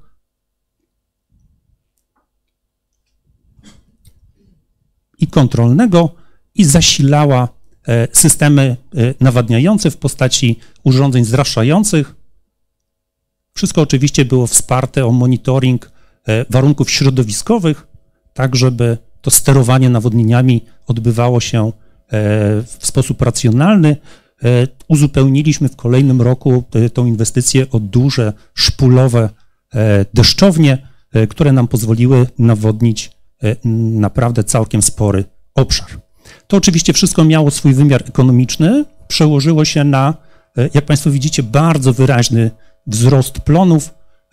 I kontrolnego i zasilała systemy nawadniające w postaci urządzeń zraszających. Wszystko oczywiście było wsparte o monitoring warunków środowiskowych, tak żeby to sterowanie nawodnieniami odbywało się w sposób racjonalny. Uzupełniliśmy w kolejnym roku tą inwestycję o duże szpulowe deszczownie, które nam pozwoliły nawodnić naprawdę całkiem spory obszar. To oczywiście wszystko miało swój wymiar ekonomiczny, przełożyło się na, jak Państwo widzicie, bardzo wyraźny wzrost plonów.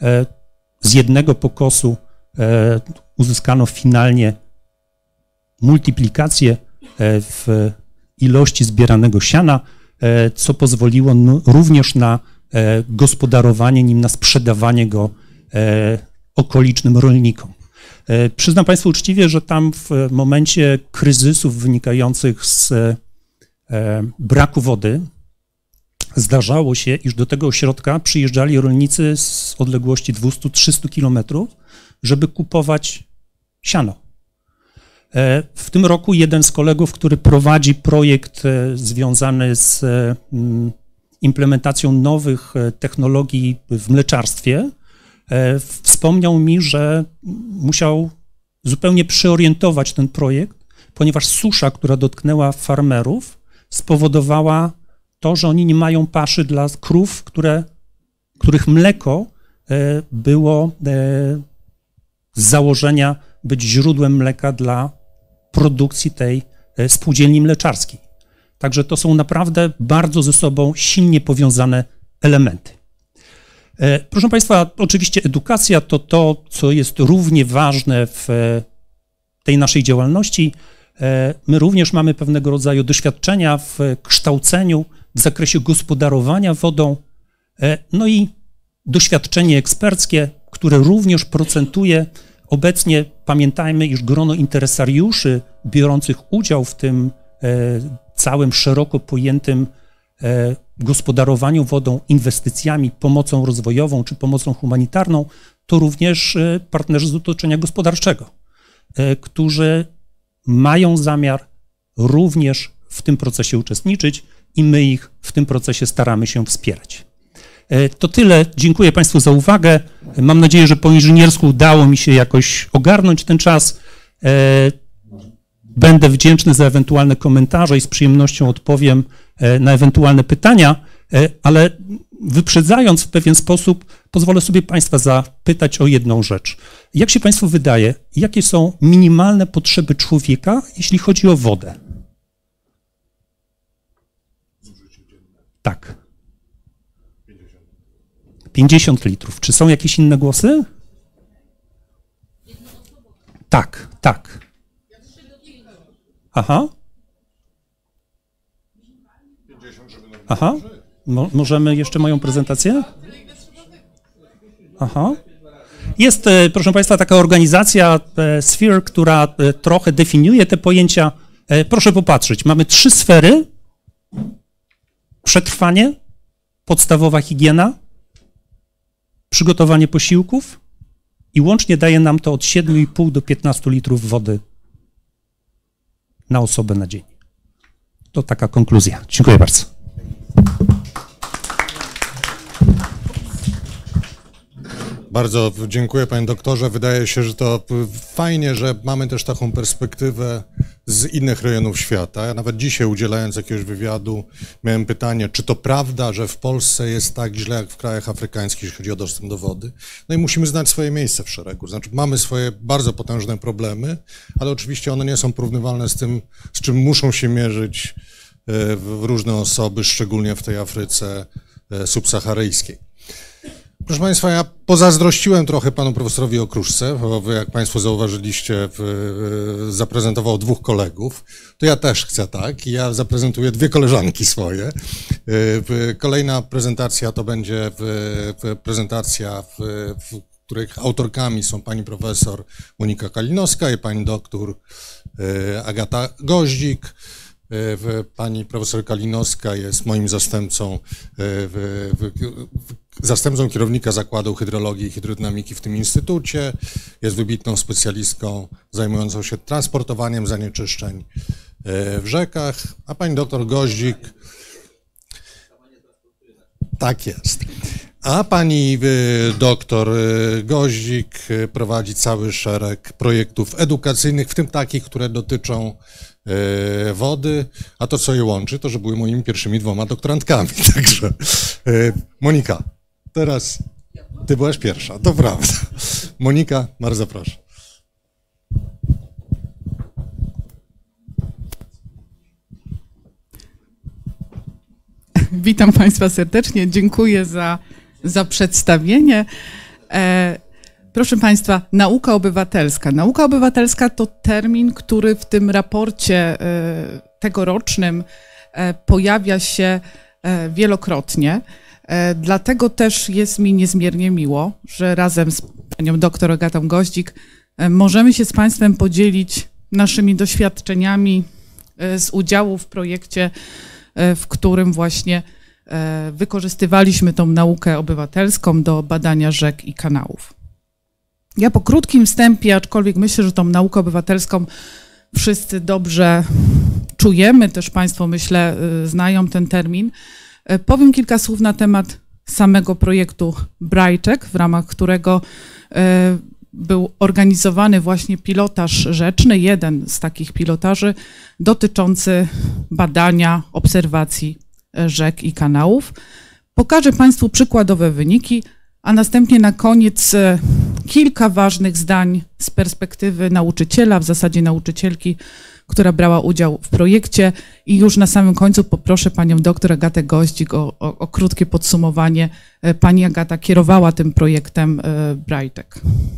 Z jednego pokosu uzyskano finalnie multiplikację w ilości zbieranego siana, co pozwoliło również na gospodarowanie nim, na sprzedawanie go okolicznym rolnikom. Przyznam Państwu uczciwie, że tam w momencie kryzysów wynikających z braku wody zdarzało się, iż do tego ośrodka przyjeżdżali rolnicy z odległości dwieście do trzystu kilometrów, żeby kupować siano. W tym roku jeden z kolegów, który prowadzi projekt związany z implementacją nowych technologii w mleczarstwie, wspomniał mi, że musiał zupełnie przeorientować ten projekt, ponieważ susza, która dotknęła farmerów, spowodowała to, że oni nie mają paszy dla krów, które, których mleko było z założenia być źródłem mleka dla produkcji tej spółdzielni mleczarskiej. Także to są naprawdę bardzo ze sobą silnie powiązane elementy. Proszę Państwa, oczywiście edukacja to to, co jest równie ważne w tej naszej działalności. My również mamy pewnego rodzaju doświadczenia w kształceniu, w zakresie gospodarowania wodą, no i doświadczenie eksperckie, które również procentuje. Obecnie pamiętajmy, iż grono interesariuszy biorących udział w tym całym szeroko pojętym gospodarowaniu wodą, inwestycjami, pomocą rozwojową czy pomocą humanitarną, to również partnerzy z otoczenia gospodarczego, którzy mają zamiar również w tym procesie uczestniczyć i my ich w tym procesie staramy się wspierać. To tyle. Dziękuję Państwu za uwagę. Mam nadzieję, że po inżyniersku udało mi się jakoś ogarnąć ten czas. Będę wdzięczny za ewentualne komentarze i z przyjemnością odpowiem na ewentualne pytania, ale wyprzedzając w pewien sposób, pozwolę sobie Państwa zapytać o jedną rzecz. Jak się Państwu wydaje, jakie są minimalne potrzeby człowieka, jeśli chodzi o wodę? Tak. pięćdziesiąt litrów. Czy są jakieś inne głosy? Tak, tak. Aha. Aha. Mo możemy jeszcze moją prezentację? Aha. Jest, proszę Państwa, taka organizacja Sphere, która trochę definiuje te pojęcia. Proszę popatrzeć, mamy trzy sfery Przetrwanie, podstawowa higiena, przygotowanie posiłków i łącznie daje nam to od siedmiu i pół do piętnastu litrów wody na osobę na dzień. To taka konkluzja. Dziękuję bardzo. Bardzo dziękuję, panie doktorze. Wydaje się, że to fajnie, że mamy też taką perspektywę z innych rejonów świata. Ja nawet dzisiaj, udzielając jakiegoś wywiadu, miałem pytanie, czy to prawda, że w Polsce jest tak źle jak w krajach afrykańskich, jeśli chodzi o dostęp do wody. No i musimy znać swoje miejsce w szeregu. Znaczy, mamy swoje bardzo potężne problemy, ale oczywiście one nie są porównywalne z tym, z czym muszą się mierzyć w różne osoby, szczególnie w tej Afryce subsaharyjskiej. Proszę Państwa, ja pozazdrościłem trochę panu profesorowi Okruszce, bo jak Państwo zauważyliście, zaprezentował dwóch kolegów, to ja też chcę tak i ja zaprezentuję dwie koleżanki swoje. Kolejna prezentacja to będzie prezentacja, w których autorkami są pani profesor Monika Kalinowska i pani doktor Agata Goździk. Pani profesor Kalinowska jest moim zastępcą, w, w, w, zastępcą kierownika Zakładu Hydrologii i Hydrodynamiki w tym instytucie. Jest wybitną specjalistką zajmującą się transportowaniem zanieczyszczeń w rzekach, a pani doktor Goździk... Tak jest. A pani doktor Goździk prowadzi cały szereg projektów edukacyjnych, w tym takich, które dotyczą wody, a to, co je łączy, to, że były moimi pierwszymi dwoma doktorantkami. Także Monika, teraz ty byłaś pierwsza, to prawda. Monika, bardzo proszę. Witam Państwa serdecznie, dziękuję za, za przedstawienie. E, proszę Państwa, nauka obywatelska. Nauka obywatelska to termin, który w tym raporcie e, tegorocznym e, pojawia się e, wielokrotnie. E, dlatego też jest mi niezmiernie miło, że razem z panią doktor Agatą Goździk e, możemy się z Państwem podzielić naszymi doświadczeniami e, z udziału w projekcie, w którym właśnie wykorzystywaliśmy tą naukę obywatelską do badania rzek i kanałów. Ja po krótkim wstępie, aczkolwiek myślę, że tą naukę obywatelską wszyscy dobrze czujemy, też Państwo, myślę, znają ten termin, powiem kilka słów na temat samego projektu Brajczek, w ramach którego był organizowany właśnie pilotaż rzeczny, jeden z takich pilotaży dotyczący badania, obserwacji rzek i kanałów. Pokażę Państwu przykładowe wyniki, a następnie na koniec kilka ważnych zdań z perspektywy nauczyciela, w zasadzie nauczycielki, która brała udział w projekcie, i już na samym końcu poproszę panią doktor Agatę Goździk o, o, o krótkie podsumowanie. Pani Agata kierowała tym projektem Brajczek.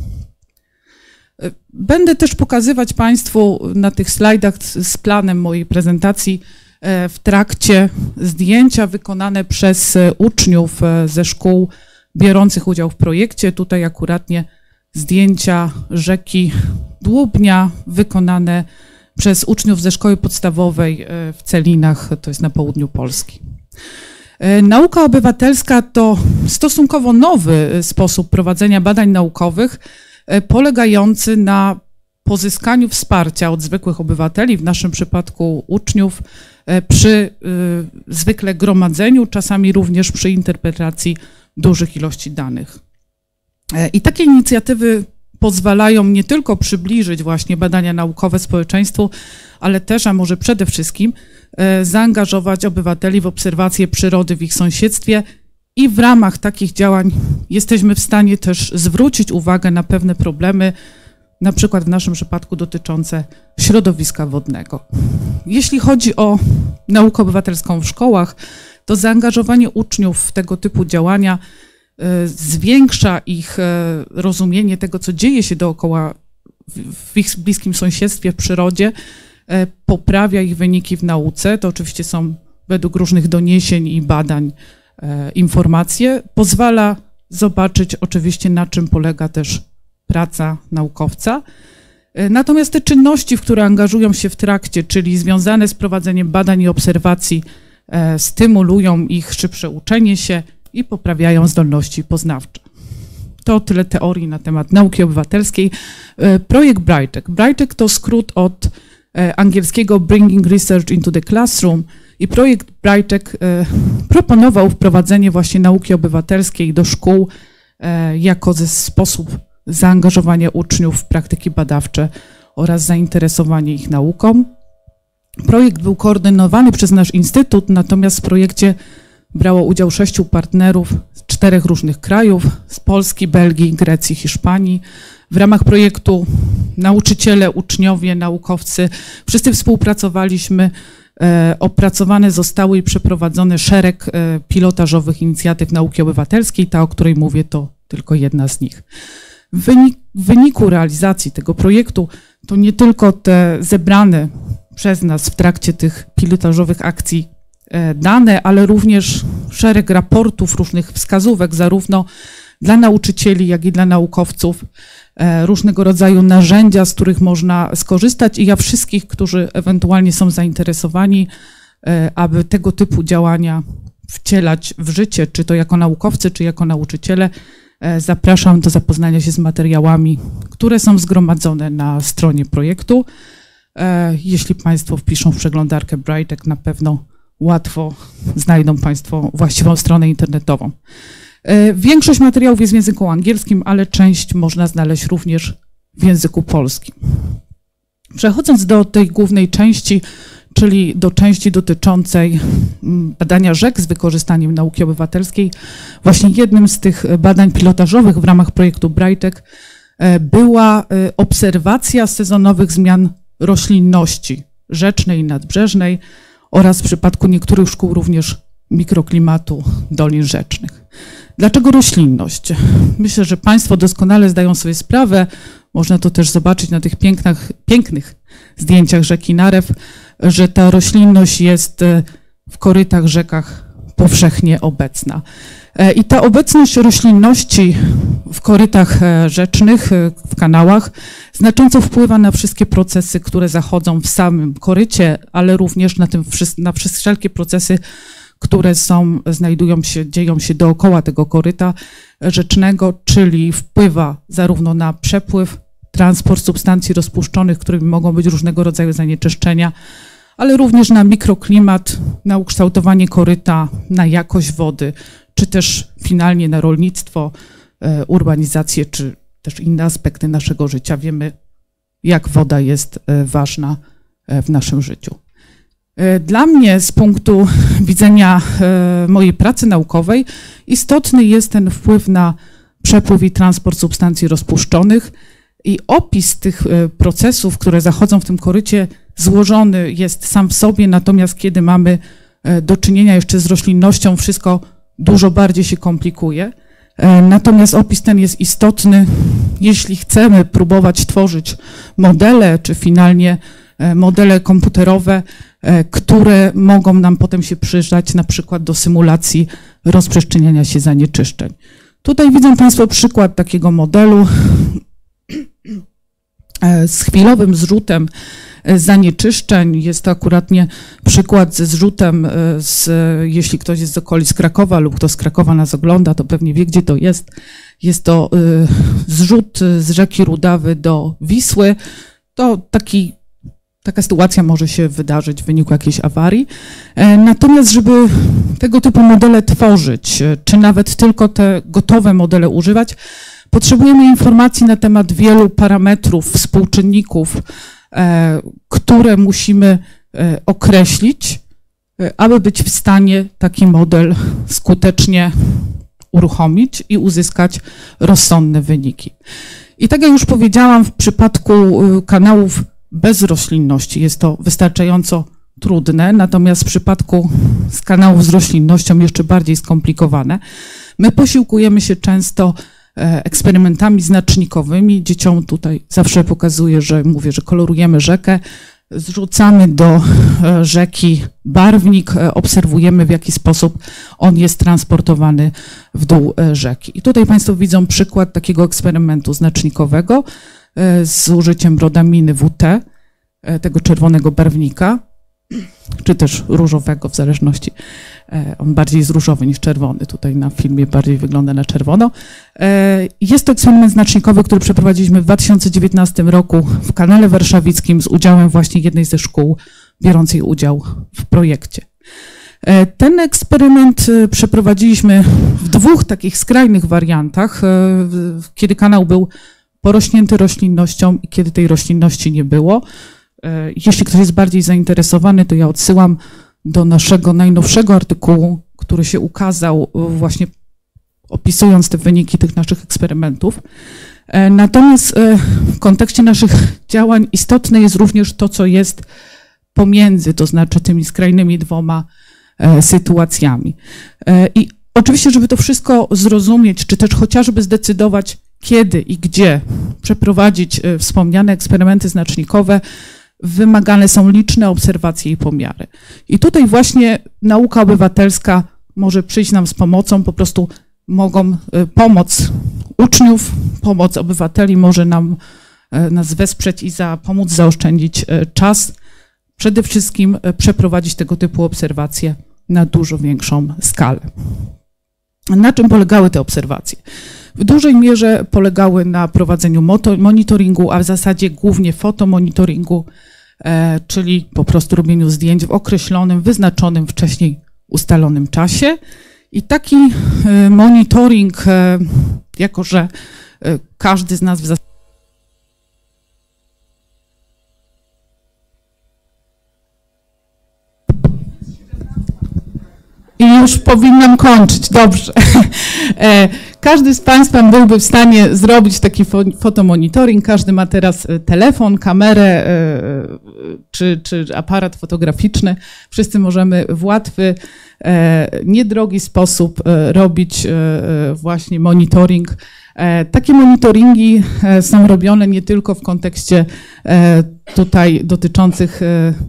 Będę też pokazywać Państwu na tych slajdach z planem mojej prezentacji w trakcie zdjęcia wykonane przez uczniów ze szkół biorących udział w projekcie. Tutaj akuratnie zdjęcia rzeki Dłubnia wykonane przez uczniów ze szkoły podstawowej w Celinach, to jest na południu Polski. Nauka obywatelska to stosunkowo nowy sposób prowadzenia badań naukowych, polegający na pozyskaniu wsparcia od zwykłych obywateli, w naszym przypadku uczniów, przy zwykle gromadzeniu, czasami również przy interpretacji dużych ilości danych. I takie inicjatywy pozwalają nie tylko przybliżyć właśnie badania naukowe społeczeństwu, ale też, a może przede wszystkim, zaangażować obywateli w obserwację przyrody w ich sąsiedztwie, i w ramach takich działań jesteśmy w stanie też zwrócić uwagę na pewne problemy, na przykład w naszym przypadku dotyczące środowiska wodnego. Jeśli chodzi o naukę obywatelską w szkołach, to zaangażowanie uczniów w tego typu działania zwiększa ich rozumienie tego, co dzieje się dookoła w ich bliskim sąsiedztwie, w przyrodzie, poprawia ich wyniki w nauce. To oczywiście są według różnych doniesień i badań informacje, pozwala zobaczyć oczywiście, na czym polega też praca naukowca. Natomiast te czynności, w które angażują się w trakcie, czyli związane z prowadzeniem badań i obserwacji stymulują ich szybsze uczenie się i poprawiają zdolności poznawcze. To tyle teorii na temat nauki obywatelskiej. Projekt Brajczek. Brajczek to skrót od angielskiego Bringing Research into the Classroom i projekt Brajczek proponował wprowadzenie właśnie nauki obywatelskiej do szkół jako ze sposób zaangażowania uczniów w praktyki badawcze oraz zainteresowanie ich nauką. Projekt był koordynowany przez nasz instytut, natomiast w projekcie brało udział sześciu partnerów z czterech różnych krajów, z Polski, Belgii, Grecji, Hiszpanii. W ramach projektu nauczyciele, uczniowie, naukowcy, wszyscy współpracowaliśmy. E, opracowane zostały i przeprowadzone szereg e, pilotażowych inicjatyw nauki obywatelskiej. Ta, o której mówię, to tylko jedna z nich. W, wynik, w wyniku realizacji tego projektu to nie tylko te zebrane przez nas w trakcie tych pilotażowych akcji dane, ale również szereg raportów, różnych wskazówek, zarówno dla nauczycieli, jak i dla naukowców, różnego rodzaju narzędzia, z których można skorzystać i ja wszystkich, którzy ewentualnie są zainteresowani, aby tego typu działania wcielać w życie, czy to jako naukowcy, czy jako nauczyciele, zapraszam do zapoznania się z materiałami, które są zgromadzone na stronie projektu. Jeśli Państwo wpiszą w przeglądarkę Brajczek, na pewno łatwo znajdą Państwo właściwą stronę internetową. Większość materiałów jest w języku angielskim, ale część można znaleźć również w języku polskim. Przechodząc do tej głównej części, czyli do części dotyczącej badania rzek z wykorzystaniem nauki obywatelskiej, właśnie jednym z tych badań pilotażowych w ramach projektu Brajczek była obserwacja sezonowych zmian roślinności rzecznej i nadbrzeżnej oraz w przypadku niektórych szkół również mikroklimatu dolin rzecznych. Dlaczego roślinność? Myślę, że Państwo doskonale zdają sobie sprawę, można to też zobaczyć na tych pięknych, pięknych zdjęciach rzeki Narew, że ta roślinność jest w korytach, rzekach powszechnie obecna. I ta obecność roślinności w korytach rzecznych, w kanałach, znacząco wpływa na wszystkie procesy, które zachodzą w samym korycie, ale również na, tym, na wszelkie procesy, które są, znajdują się, dzieją się dookoła tego koryta rzecznego, czyli wpływa zarówno na przepływ, transport substancji rozpuszczonych, którymi mogą być różnego rodzaju zanieczyszczenia, ale również na mikroklimat, na ukształtowanie koryta, na jakość wody, czy też finalnie na rolnictwo, urbanizację, czy też inne aspekty naszego życia. Wiemy, jak woda jest ważna w naszym życiu. Dla mnie z punktu widzenia mojej pracy naukowej istotny jest ten wpływ na przepływ i transport substancji rozpuszczonych i opis tych procesów, które zachodzą w tym korycie, złożony jest sam w sobie, natomiast kiedy mamy do czynienia jeszcze z roślinnością, wszystko dużo bardziej się komplikuje. Natomiast opis ten jest istotny, jeśli chcemy próbować tworzyć modele, czy finalnie modele komputerowe, które mogą nam potem się przyjrzeć na przykład do symulacji rozprzestrzeniania się zanieczyszczeń. Tutaj widzą Państwo przykład takiego modelu z chwilowym zrzutem zanieczyszczeń. Jest to akuratnie przykład ze zrzutem, z, jeśli ktoś jest z okolic Krakowa lub kto z Krakowa nas ogląda, to pewnie wie, gdzie to jest. Jest to zrzut z rzeki Rudawy do Wisły. To taki, taka sytuacja może się wydarzyć w wyniku jakiejś awarii. Natomiast, żeby tego typu modele tworzyć, czy nawet tylko te gotowe modele używać, potrzebujemy informacji na temat wielu parametrów, współczynników, które musimy określić, aby być w stanie taki model skutecznie uruchomić i uzyskać rozsądne wyniki. I tak jak już powiedziałam, w przypadku kanałów bez roślinności jest to wystarczająco trudne, natomiast w przypadku z kanałów z roślinnością jeszcze bardziej skomplikowane. My posiłkujemy się często eksperymentami znacznikowymi. Dzieciom tutaj zawsze pokazuję, że mówię, że kolorujemy rzekę, zrzucamy do rzeki barwnik, obserwujemy, w jaki sposób on jest transportowany w dół rzeki. I tutaj Państwo widzą przykład takiego eksperymentu znacznikowego z użyciem rodaminy W T, tego czerwonego barwnika. czy też różowego, w zależności. On bardziej jest różowy niż czerwony. Tutaj na filmie bardziej wygląda na czerwono. Jest to eksperyment znacznikowy, który przeprowadziliśmy w dwa tysiące dziewiętnastym roku w kanale warszawickim z udziałem właśnie jednej ze szkół biorącej udział w projekcie. Ten eksperyment przeprowadziliśmy w dwóch takich skrajnych wariantach, kiedy kanał był porośnięty roślinnością i kiedy tej roślinności nie było. Jeśli ktoś jest bardziej zainteresowany, to ja odsyłam do naszego najnowszego artykułu, który się ukazał właśnie opisując te wyniki tych naszych eksperymentów. Natomiast w kontekście naszych działań istotne jest również to, co jest pomiędzy, to znaczy tymi skrajnymi dwoma sytuacjami. I oczywiście, żeby to wszystko zrozumieć, czy też chociażby zdecydować, kiedy i gdzie przeprowadzić wspomniane eksperymenty znacznikowe, wymagane są liczne obserwacje i pomiary. I tutaj właśnie nauka obywatelska może przyjść nam z pomocą, po prostu mogą pomoc uczniów, pomoc obywateli może nam nas wesprzeć i za, pomóc zaoszczędzić czas. Przede wszystkim przeprowadzić tego typu obserwacje na dużo większą skalę. Na czym polegały te obserwacje? W dużej mierze polegały na prowadzeniu monitoringu, a w zasadzie głównie fotomonitoringu, e, czyli po prostu robieniu zdjęć w określonym, wyznaczonym wcześniej ustalonym czasie. I taki e, monitoring, e, jako że e, każdy z nas w zasadzie I już powinnam kończyć, dobrze. Każdy z Państwa byłby w stanie zrobić taki fotomonitoring. Każdy ma teraz telefon, kamerę czy, czy aparat fotograficzny. Wszyscy możemy w łatwy, niedrogi sposób robić właśnie monitoring. Takie monitoringi są robione nie tylko w kontekście tutaj dotyczących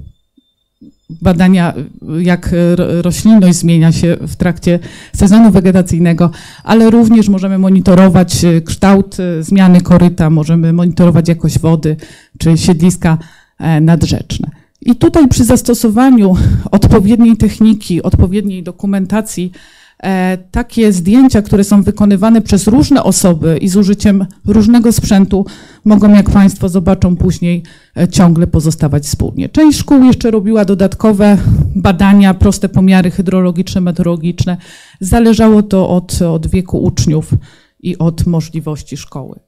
badania, jak roślinność zmienia się w trakcie sezonu wegetacyjnego, ale również możemy monitorować kształt zmiany koryta, możemy monitorować jakość wody czy siedliska nadrzeczne. I tutaj przy zastosowaniu odpowiedniej techniki, odpowiedniej dokumentacji, takie zdjęcia, które są wykonywane przez różne osoby i z użyciem różnego sprzętu, mogą, jak Państwo zobaczą później, ciągle pozostawać wspólnie. Część szkół jeszcze robiła dodatkowe badania, proste pomiary hydrologiczne, meteorologiczne. Zależało to od, od wieku uczniów i od możliwości szkoły.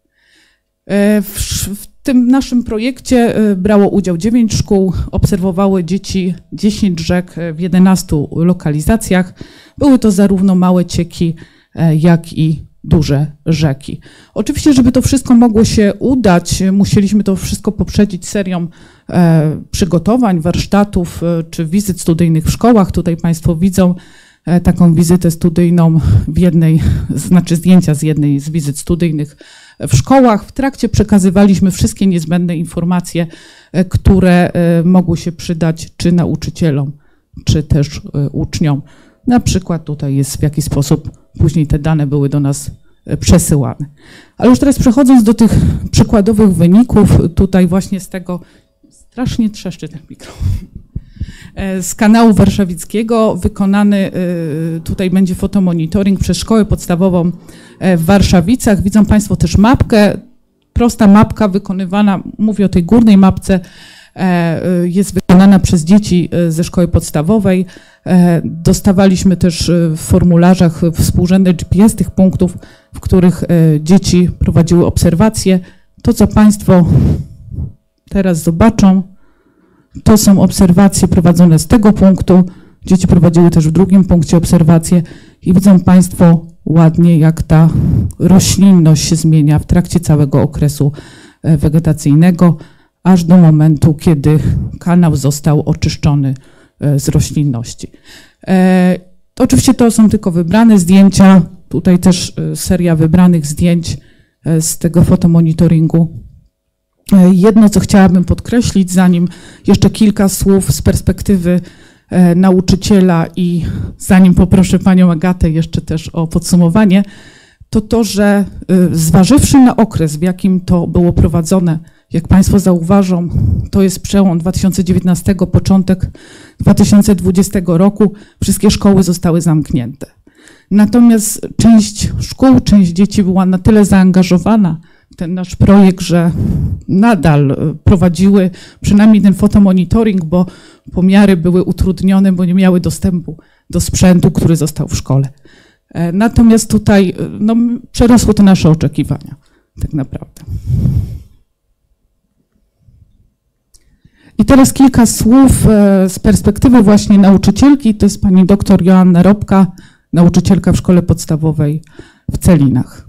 W, w tym naszym projekcie brało udział dziewięć szkół, obserwowały dzieci dziesięć rzek w jedenastu lokalizacjach. Były to zarówno małe cieki, jak i duże rzeki. Oczywiście, żeby to wszystko mogło się udać, musieliśmy to wszystko poprzedzić serią przygotowań, warsztatów czy wizyt studyjnych w szkołach. Tutaj Państwo widzą taką wizytę studyjną w jednej, znaczy zdjęcia z jednej z wizyt studyjnych w szkołach. W trakcie przekazywaliśmy wszystkie niezbędne informacje, które mogły się przydać czy nauczycielom, czy też uczniom. Na przykład tutaj jest, w jaki sposób później te dane były do nas przesyłane. Ale już teraz przechodząc do tych przykładowych wyników, tutaj właśnie z tego, strasznie trzeszczy ten mikrofon, z kanału warszawickiego wykonany tutaj będzie fotomonitoring przez szkołę podstawową w Warszawicach. Widzą Państwo też mapkę, prosta mapka wykonywana, mówię o tej górnej mapce, jest wykonana przez dzieci ze szkoły podstawowej. Dostawaliśmy też w formularzach współrzędne G P S tych punktów, w których dzieci prowadziły obserwacje. To, co Państwo teraz zobaczą, to są obserwacje prowadzone z tego punktu. Dzieci prowadziły też w drugim punkcie obserwacje i widzą Państwo ładnie, jak ta roślinność się zmienia w trakcie całego okresu wegetacyjnego, aż do momentu, kiedy kanał został oczyszczony z roślinności. E, oczywiście to są tylko wybrane zdjęcia, tutaj też seria wybranych zdjęć z tego fotomonitoringu. E, jedno, co chciałabym podkreślić, zanim jeszcze kilka słów z perspektywy e, nauczyciela i zanim poproszę Panią Agatę jeszcze też o podsumowanie, to to, że e, zważywszy na okres, w jakim to było prowadzone Jak Państwo zauważą, to jest przełom dwa tysiące dziewiętnastego, początek dwa tysiące dwudziestego roku. Wszystkie szkoły zostały zamknięte. Natomiast część szkół, część dzieci była na tyle zaangażowana w ten nasz projekt, że nadal prowadziły przynajmniej ten fotomonitoring, bo pomiary były utrudnione, bo nie miały dostępu do sprzętu, który został w szkole. Natomiast tutaj no, przerosło to nasze oczekiwania, tak naprawdę. I teraz kilka słów z perspektywy właśnie nauczycielki. To jest pani doktor Joanna Robka, nauczycielka w szkole podstawowej w Celinach.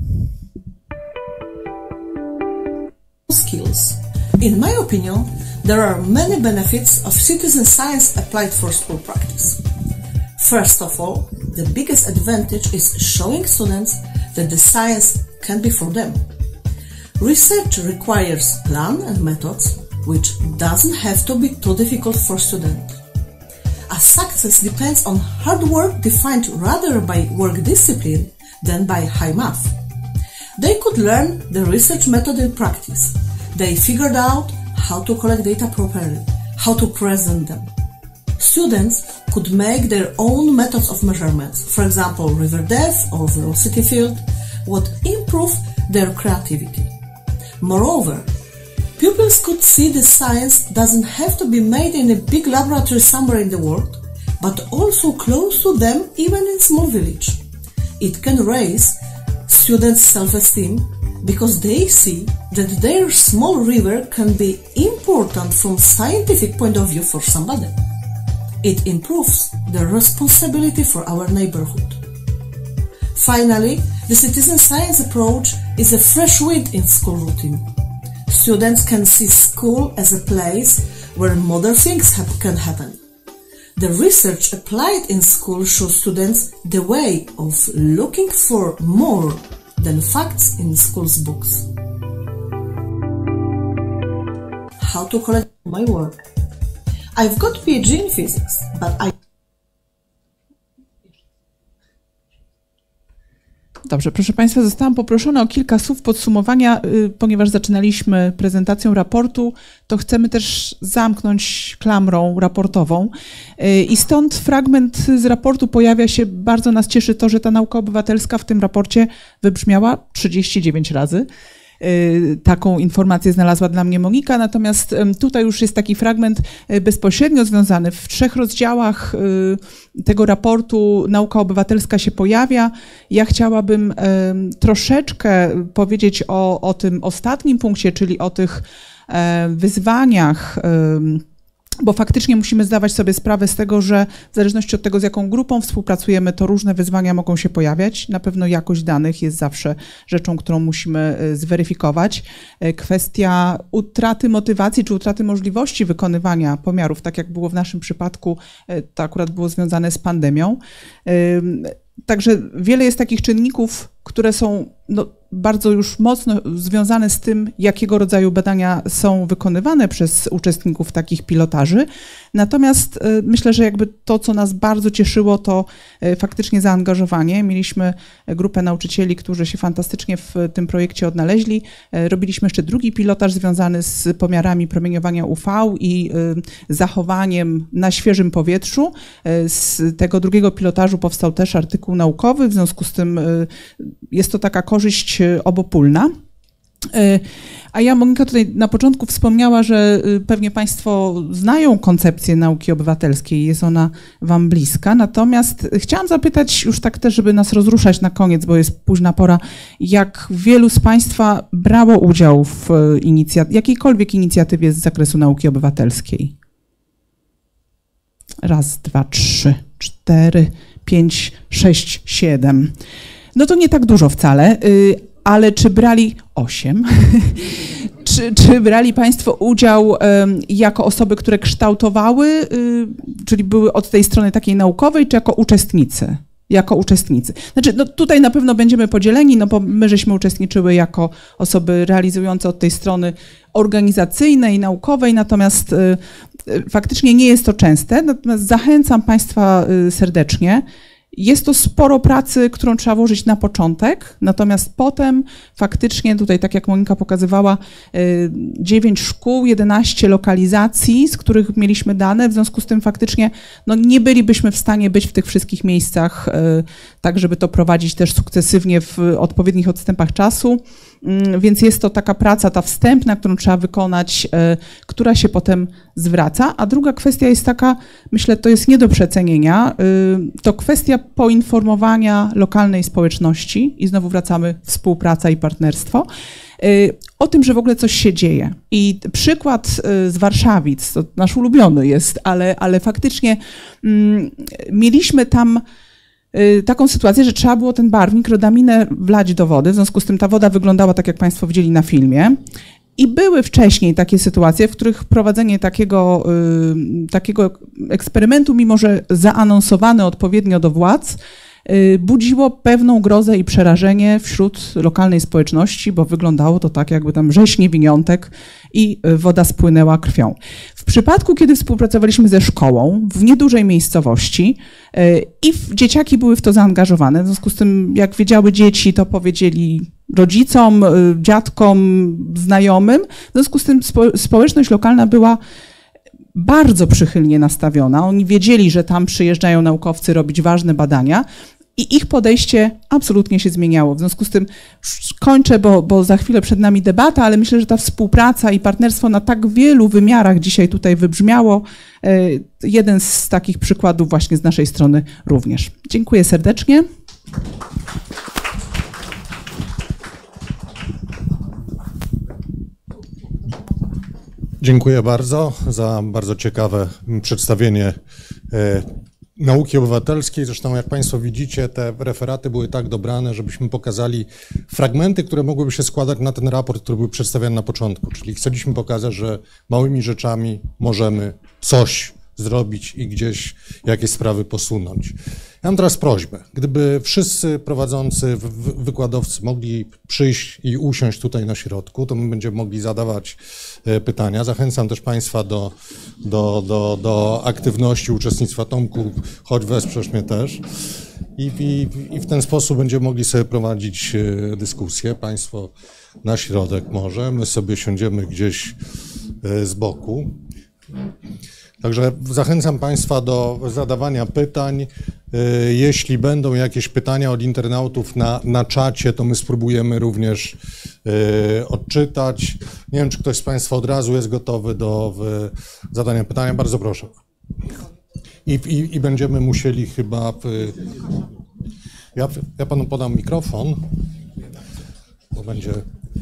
Skills. In my opinion, there are many benefits of citizen science applied for school practice. First of all, the biggest advantage is showing students that the science can be for them. Research requires plan and methods, which doesn't have to be too difficult for students. A success depends on hard work defined rather by work discipline than by high math. They could learn the research method in practice. They figured out how to collect data properly, how to present them. Students could make their own methods of measurements, for example, river depth or velocity field, what improved their creativity. Moreover, pupils could see the science doesn't have to be made in a big laboratory somewhere in the world, but also close to them, even in small village. It can raise students' self-esteem because they see that their small river can be important from scientific point of view for somebody. It improves the responsibility for our neighborhood. Finally, the citizen science approach is a fresh wind in school routine. Students can see school as a place where modern things have, can happen. The research applied in school shows students the way of looking for more than facts in school's books. How to collect my work. I've got PhD in physics, but I... Dobrze, proszę Państwa, zostałam poproszona o kilka słów podsumowania, ponieważ zaczynaliśmy prezentacją raportu, to chcemy też zamknąć klamrą raportową i stąd fragment z raportu pojawia się, bardzo nas cieszy to, że ta nauka obywatelska w tym raporcie wybrzmiała trzydzieści dziewięć razy. Taką informację znalazła dla mnie Monika, natomiast tutaj już jest taki fragment bezpośrednio związany. W trzech rozdziałach tego raportu nauka obywatelska się pojawia. Ja chciałabym troszeczkę powiedzieć o, o tym ostatnim punkcie, czyli o tych wyzwaniach, bo faktycznie musimy zdawać sobie sprawę z tego, że w zależności od tego, z jaką grupą współpracujemy, to różne wyzwania mogą się pojawiać. Na pewno jakość danych jest zawsze rzeczą, którą musimy zweryfikować. Kwestia utraty motywacji czy utraty możliwości wykonywania pomiarów, tak jak było w naszym przypadku, to akurat było związane z pandemią. Także wiele jest takich czynników, które są no, bardzo już mocno związane z tym, jakiego rodzaju badania są wykonywane przez uczestników takich pilotaży. Natomiast myślę, że jakby to, co nas bardzo cieszyło, to faktycznie zaangażowanie. Mieliśmy grupę nauczycieli, którzy się fantastycznie w tym projekcie odnaleźli. Robiliśmy jeszcze drugi pilotaż związany z pomiarami promieniowania U V i zachowaniem na świeżym powietrzu. Z tego drugiego pilotażu powstał też artykuł naukowy, w związku z tym jest to taka korzyść obopólna. A ja, Monika, tutaj na początku wspomniała, że pewnie Państwo znają koncepcję nauki obywatelskiej, jest ona Wam bliska, natomiast chciałam zapytać już tak też, żeby nas rozruszać na koniec, bo jest późna pora, jak wielu z Państwa brało udział w inicjatywie, jakiejkolwiek inicjatywie z zakresu nauki obywatelskiej? Raz, dwa, trzy, cztery, pięć, sześć, siedem. No to nie tak dużo wcale, ale czy brali osiem? czy, czy brali Państwo udział jako osoby, które kształtowały, czyli były od tej strony takiej naukowej, czy jako uczestnicy? Jako uczestnicy. Znaczy, no tutaj na pewno będziemy podzieleni, no bo my żeśmy uczestniczyły jako osoby realizujące od tej strony organizacyjnej, naukowej, natomiast y, faktycznie nie jest to częste, natomiast zachęcam Państwa y, serdecznie. Jest to sporo pracy, którą trzeba włożyć na początek, natomiast potem faktycznie tutaj, tak jak Monika pokazywała, dziewięć szkół, jedenaście lokalizacji, z których mieliśmy dane, w związku z tym faktycznie no, nie bylibyśmy w stanie być w tych wszystkich miejscach, tak żeby to prowadzić też sukcesywnie w odpowiednich odstępach czasu, więc jest to taka praca, ta wstępna, którą trzeba wykonać, która się potem zwraca, a druga kwestia jest taka, myślę, to jest nie do przecenienia, to kwestia poinformowania lokalnej społeczności i znowu wracamy współpraca i partnerstwo, o tym, że w ogóle coś się dzieje. I przykład z Warszawic, to nasz ulubiony jest, ale, ale faktycznie mm, mieliśmy tam taką sytuację, że trzeba było ten barwnik, rodaminę wlać do wody, w związku z tym ta woda wyglądała tak, jak Państwo widzieli na filmie. I były wcześniej takie sytuacje, w których prowadzenie takiego, y, takiego eksperymentu, mimo że zaanonsowany odpowiednio do władz, y, budziło pewną grozę i przerażenie wśród lokalnej społeczności, bo wyglądało to tak, jakby tam rzeź niewiniątek i woda spłynęła krwią. W przypadku, kiedy współpracowaliśmy ze szkołą w niedużej miejscowości y, i w, dzieciaki były w to zaangażowane, w związku z tym, jak wiedziały dzieci, to powiedzieli rodzicom, dziadkom, znajomym. W związku z tym spo, społeczność lokalna była bardzo przychylnie nastawiona. Oni wiedzieli, że tam przyjeżdżają naukowcy robić ważne badania i ich podejście absolutnie się zmieniało. W związku z tym kończę, bo, bo za chwilę przed nami debata, ale myślę, że ta współpraca i partnerstwo na tak wielu wymiarach dzisiaj tutaj wybrzmiało. Jeden z takich przykładów właśnie z naszej strony również. Dziękuję serdecznie. Dziękuję bardzo za bardzo ciekawe przedstawienie e, nauki obywatelskiej. Zresztą jak Państwo widzicie, te referaty były tak dobrane, żebyśmy pokazali fragmenty, które mogłyby się składać na ten raport, który był przedstawiany na początku. Czyli chcieliśmy pokazać, że małymi rzeczami możemy coś zrobić i gdzieś jakieś sprawy posunąć. Ja mam teraz prośbę, gdyby wszyscy prowadzący, wykładowcy mogli przyjść i usiąść tutaj na środku, to my będziemy mogli zadawać pytania. Zachęcam też Państwa do, do, do, do aktywności, uczestnictwa. Tomku, chodź wesprzesz mnie też. I, i, I w ten sposób będziemy mogli sobie prowadzić dyskusję. Państwo na środek może, my sobie siądziemy gdzieś z boku. Także zachęcam Państwa do zadawania pytań. Jeśli będą jakieś pytania od internautów na, na czacie, to my spróbujemy również y, odczytać. Nie wiem, czy ktoś z Państwa od razu jest gotowy do y, zadania pytania. Bardzo proszę. I, i, i będziemy musieli chyba... Y, ja, ja Panu podam mikrofon, bo będzie...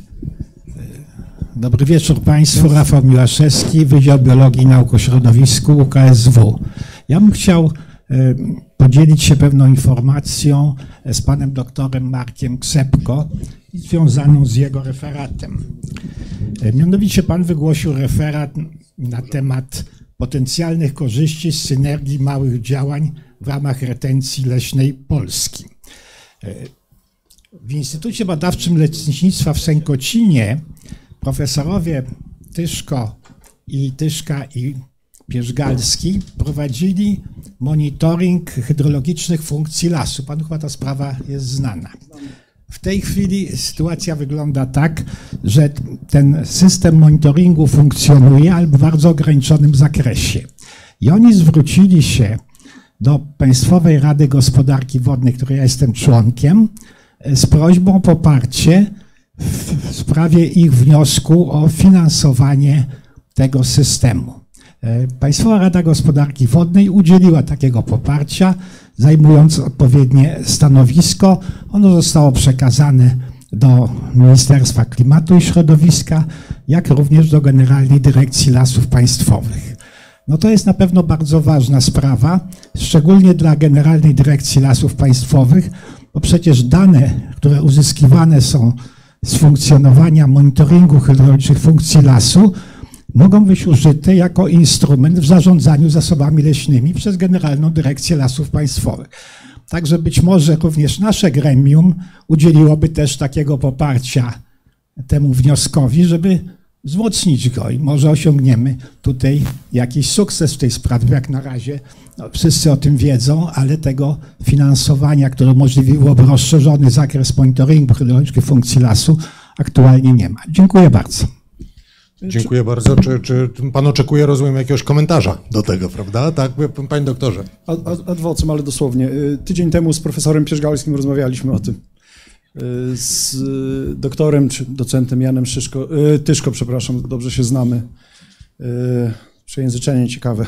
Dobry wieczór Państwu, Rafał Miłaszewski, Wydział Biologii i Nauk o Środowisku U K S W. Ja bym chciał podzielić się pewną informacją z panem doktorem Markiem Ksepko związaną z jego referatem. Mianowicie pan wygłosił referat na temat potencjalnych korzyści z synergii małych działań w ramach retencji leśnej Polski. W Instytucie Badawczym Leśnictwa w Sękocinie profesorowie Tyszko i Tyszka i Pierzgalski prowadzili monitoring hydrologicznych funkcji lasu. Panu chyba ta sprawa jest znana. W tej chwili sytuacja wygląda tak, że ten system monitoringu funkcjonuje, ale w bardzo ograniczonym zakresie. I oni zwrócili się do Państwowej Rady Gospodarki Wodnej, której ja jestem członkiem, z prośbą o poparcie w sprawie ich wniosku o finansowanie tego systemu. Państwowa Rada Gospodarki Wodnej udzieliła takiego poparcia, zajmując odpowiednie stanowisko. Ono zostało przekazane do Ministerstwa Klimatu i Środowiska, jak również do Generalnej Dyrekcji Lasów Państwowych. No to jest na pewno bardzo ważna sprawa, szczególnie dla Generalnej Dyrekcji Lasów Państwowych, bo przecież dane, które uzyskiwane są z funkcjonowania monitoringu hydraulicznych funkcji lasu, mogą być użyte jako instrument w zarządzaniu zasobami leśnymi przez Generalną Dyrekcję Lasów Państwowych. Także być może również nasze gremium udzieliłoby też takiego poparcia temu wnioskowi, żeby wzmocnić go i może osiągniemy tutaj jakiś sukces w tej sprawie. Jak na razie no, wszyscy o tym wiedzą, ale tego finansowania, które umożliwiłoby rozszerzony zakres monitoringu hydrologicznych funkcji lasu, aktualnie nie ma. Dziękuję bardzo. Dziękuję bardzo. Czy, czy pan oczekuje, rozumiem, jakiegoś komentarza do tego, prawda? Tak, panie doktorze. Ad, ad, ad vocem, ale dosłownie. Tydzień temu z profesorem Pierzgalskim rozmawialiśmy o tym. Z doktorem czy docentem Janem Szyszko, Tyszko, przepraszam, dobrze się znamy. Przejęzyczenie ciekawe.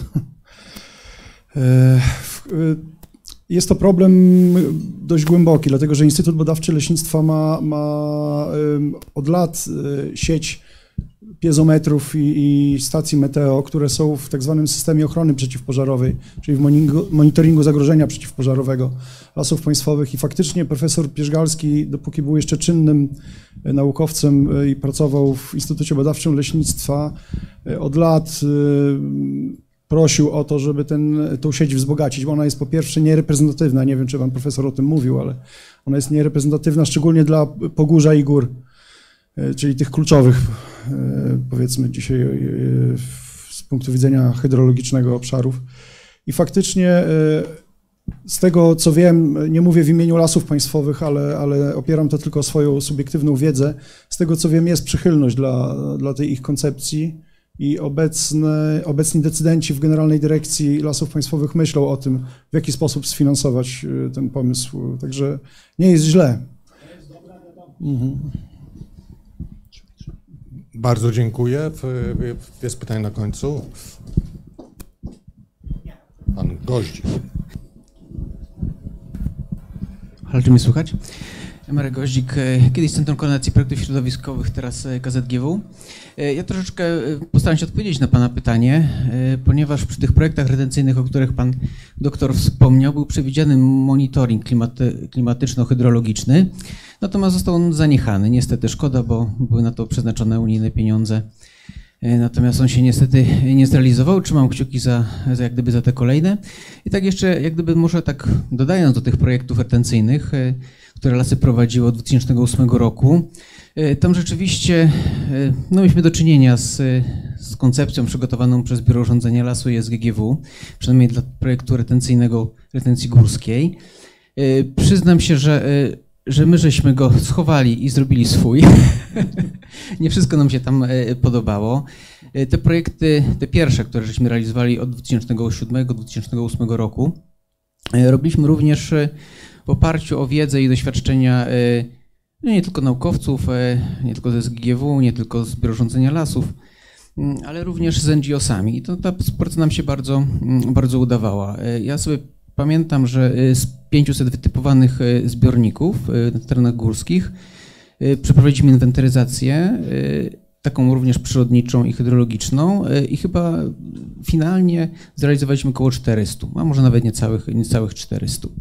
Jest to problem dość głęboki, dlatego że Instytut Badawczy Leśnictwa ma, ma od lat sieć piezometrów i, i stacji meteo, które są w tak zwanym systemie ochrony przeciwpożarowej, czyli w monitoringu zagrożenia przeciwpożarowego Lasów Państwowych i faktycznie profesor Pierzgalski, dopóki był jeszcze czynnym naukowcem i pracował w Instytucie Badawczym Leśnictwa, od lat prosił o to, żeby ten, tą sieć wzbogacić, bo ona jest po pierwsze niereprezentatywna, nie wiem, czy pan profesor o tym mówił, ale ona jest niereprezentatywna szczególnie dla Pogórza i gór, czyli tych kluczowych, powiedzmy dzisiaj z punktu widzenia hydrologicznego obszarów. I faktycznie z tego, co wiem, nie mówię w imieniu Lasów Państwowych, ale, ale opieram to tylko o swoją subiektywną wiedzę, z tego, co wiem, jest przychylność dla, dla tej ich koncepcji i obecne, obecni decydenci w Generalnej Dyrekcji Lasów Państwowych myślą o tym, w jaki sposób sfinansować ten pomysł. Także nie jest źle. Mhm. Bardzo dziękuję. Jest pytanie na końcu. Pan Goździk. Ale czy mnie słychać? Marek Goździk, kiedyś Centrum Koordynacji Projektów Środowiskowych, teraz K Z G W. Ja troszeczkę postaram się odpowiedzieć na pana pytanie, ponieważ przy tych projektach retencyjnych, o których pan doktor wspomniał, był przewidziany monitoring klimaty, klimatyczno-hydrologiczny, natomiast został on zaniechany. Niestety szkoda, bo były na to przeznaczone unijne pieniądze. Natomiast on się niestety nie zrealizował. Trzymam kciuki za, za jak gdyby za te kolejne. I tak jeszcze jak gdyby może tak dodając do tych projektów retencyjnych, które lasy prowadziły od dwa tysiące ósmego roku, tam rzeczywiście no, mieliśmy do czynienia z, z koncepcją przygotowaną przez Biuro Urządzenia Lasu i S G G W, przynajmniej dla projektu retencyjnego, retencji górskiej. Przyznam się, że że my żeśmy go schowali i zrobili swój. Nie wszystko nam się tam podobało. Te projekty, te pierwsze, które żeśmy realizowali od dwa tysiące siódmego do dwa tysiące ósmego roku, robiliśmy również w oparciu o wiedzę i doświadczenia nie tylko naukowców, nie tylko z S G G W, nie tylko z Biura Urządzenia Lasów, ale również z N G O sami. I to ta współpraca nam się bardzo, bardzo udawała. Ja sobie pamiętam, że z pięciuset wytypowanych zbiorników na terenach górskich przeprowadziliśmy inwentaryzację, taką również przyrodniczą i hydrologiczną i chyba finalnie zrealizowaliśmy około czterystu, a może nawet niecałych, niecałych czterystu.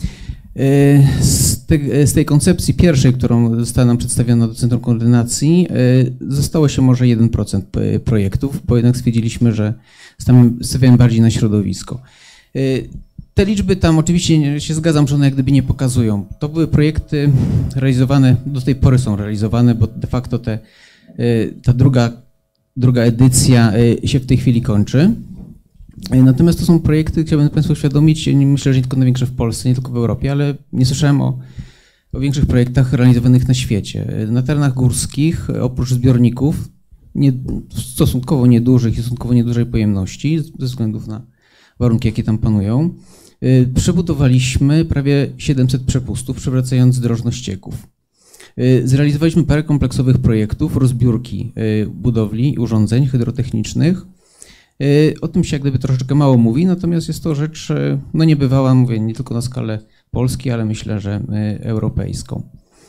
Z, te, z tej koncepcji pierwszej, którą została nam przedstawiona do Centrum Koordynacji, zostało się może jeden procent projektów, bo jednak stwierdziliśmy, że stawiamy bardziej na środowisko. Te liczby tam oczywiście się zgadzam, że one jak gdyby nie pokazują. To były projekty realizowane, do tej pory są realizowane, bo de facto te, ta druga, druga edycja się w tej chwili kończy. Natomiast to są projekty, chciałbym Państwu uświadomić, myślę, że nie tylko największe w Polsce, nie tylko w Europie, ale nie słyszałem o, o większych projektach realizowanych na świecie. Na terenach górskich, oprócz zbiorników, nie, stosunkowo niedużych i stosunkowo niedużej pojemności, ze względów na warunki, jakie tam panują, przebudowaliśmy prawie siedemset przepustów, przewracając drożność ścieków. Zrealizowaliśmy parę kompleksowych projektów rozbiórki budowli i urządzeń hydrotechnicznych. O tym się jak gdyby troszeczkę mało mówi, natomiast jest to rzecz no niebywała, mówię, nie tylko na skalę Polski, ale myślę, że europejską.